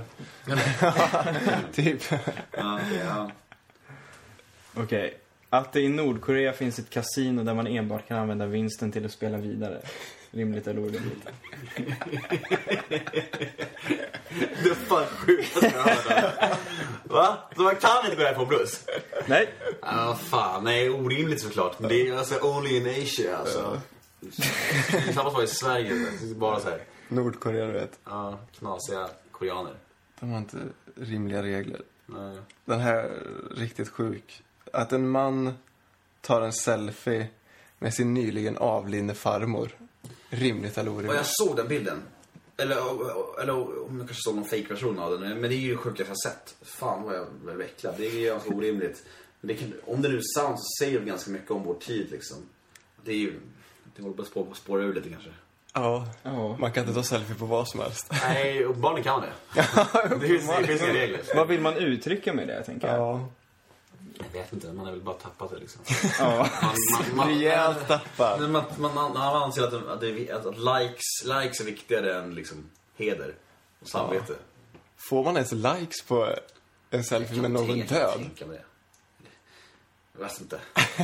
Typ. Ja, ja. Okej. Okay. Att det i Nordkorea finns ett kasino där man enbart kan använda vinsten till att spela vidare. Rimligt eller orimligt? Det är fan sjukt att jag hörde. Va? Så man kan inte gå där på brus? Nej. Ja, fan. Nej, orimligt såklart. Men det är alltså only in Asia, alltså. Det är samma sak i Sverige. Det är bara så här. Nordkorea, du vet. Ja, knasiga koreaner. De har inte rimliga regler. Nej. Den här är riktigt sjuk. Att en man tar en selfie med sin nyligen avlidne farmor. Rimligt eller orimligt? Och jag såg den bilden. Eller, eller om jag kanske såg någon fake-version av den. Men det är ju det sjukaste jag sett. Fan vad jag väl äcklad. Det är ju ganska orimligt. Men det kan, om det nu är sant så säger det ganska mycket om vår tid liksom. Det är ju... Det håller på att spå, spåra ur lite kanske. Ja, ja, man kan inte ta selfie på vad som helst. Nej, uppenbarligen kan det. Det finns, det finns inga regler. Vad vill man uttrycka med det, jag tänker? Ja. Jag vet inte, man har väl bara tappat det liksom. Ja. Man, man, man, Rejält tappat. Man, man, man, man anser att, att, det, att, att likes, likes är viktigare än liksom heder och samvete. Ja. Får man ens likes på en selfie med någon död? Det. Jag vet inte.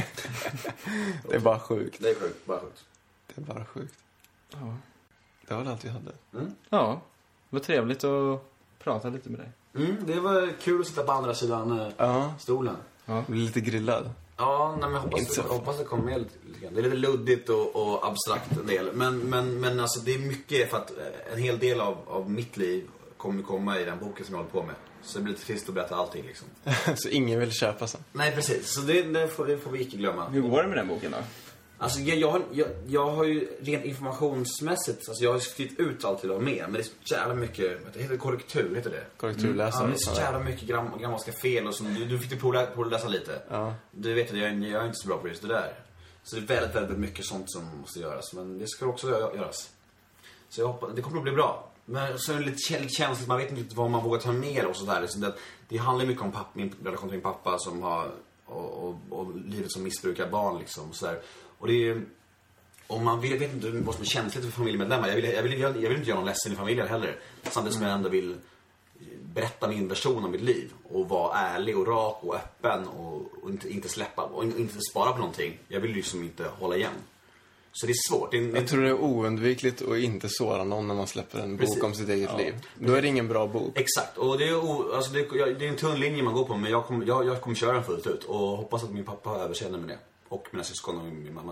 Det är bara sjukt. Det är sjukt, bara sjukt. Det är bara sjukt. Ja. Det var allt vi hade. Mm. Ja, det var trevligt att prata lite med dig. Mm, det var kul att sitta på andra sidan äh, Ja. stolen. Ja. Blir lite grillad. Ja, nej, men jag hoppas, Inte så. jag hoppas det kommer med lite, lite grann. Det är lite luddigt och, och abstrakt en del. Men, men, men alltså, det är mycket för att en hel del av, av mitt liv kommer komma i den boken som jag håller på med. Så det blir lite trist att berätta allting liksom. Så ingen vill köpa sen. Nej, precis. Så det, det, får, det får vi inte glömma. Hur går det med den boken då? Alltså jag, jag, har, jag, jag har ju rent informationsmässigt, alltså jag har ju skrivit ut allt till och med. Men det är så jävla mycket, det heter korrektur, heter det? Korrekturläsare. Ja, det är så jävla mycket gram, grammatiska fel och så. Du, du fick ju prova på att läsa lite. Ja. Du vet att jag, är- jag är inte så bra på just det där. Så det är väldigt, väldigt mycket sånt som måste göras. Men det ska också gö- göras. Så jag hoppas, det kommer att bli bra. Men så är det lite kä- känsligt, man vet inte riktigt vad man vågar ta med och sådär. Liksom det, det handlar mycket om pappa, min relation till min pappa som har, och, och, och livet som missbrukar barn liksom. Så där. Och det är ju, om man vill, vet inte vad som är känsligt för familjemedlemmar. Jag vill, jag vill, jag vill, jag vill inte göra någon ledsen i familjen heller. Samtidigt som jag ändå vill berätta min version av mitt liv. Och vara ärlig och rak och öppen. Och, och inte, inte släppa och inte spara på någonting. Jag vill liksom inte hålla igen. Så det är svårt. Det är, Jag tror det är oundvikligt att inte såra någon när man släpper en Precis. bok om sitt eget Ja. liv. Då är det ingen bra bok. Exakt, och det är, o, alltså det, är, det är en tunn linje man går på. Men jag kommer, jag, jag kommer köra den fullt ut. Och hoppas att min pappa överkänner med det. Och mina syskon och min mamma.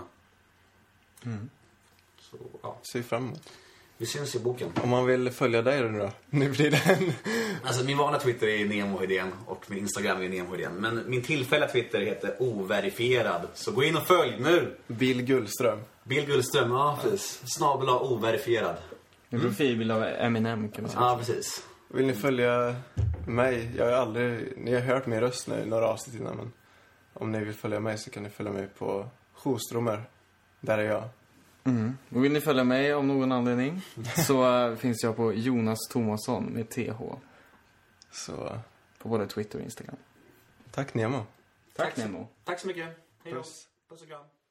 Mm. Så ja, Se fram emot. vi syns i boken. Om man vill följa dig då nu då? Nu blir det en... Alltså min vanliga Twitter är Nemo Hedén och min Instagram är Nemo Hedén. Men min tillfälliga Twitter heter overifierad. Så gå in och följ nu! Bill Gullström. Bill Gullström, ja precis. Snabel A overifierad. En profilbild av Eminem kan man säga. Ja, precis. Vill ni följa mig? Jag har aldrig... Ni har hört min röst nu i några avsnitt innan, men... Om ni vill följa mig så kan ni följa mig på Hostromer. Där är jag. Mm. Och vill ni följa mig av någon anledning så uh, finns jag på Jonas Thomasson med T H Så... på både Twitter och Instagram. Tack Nemo. Tack Nemo. Tack så mycket. Hej då. Puss. Puss och kram.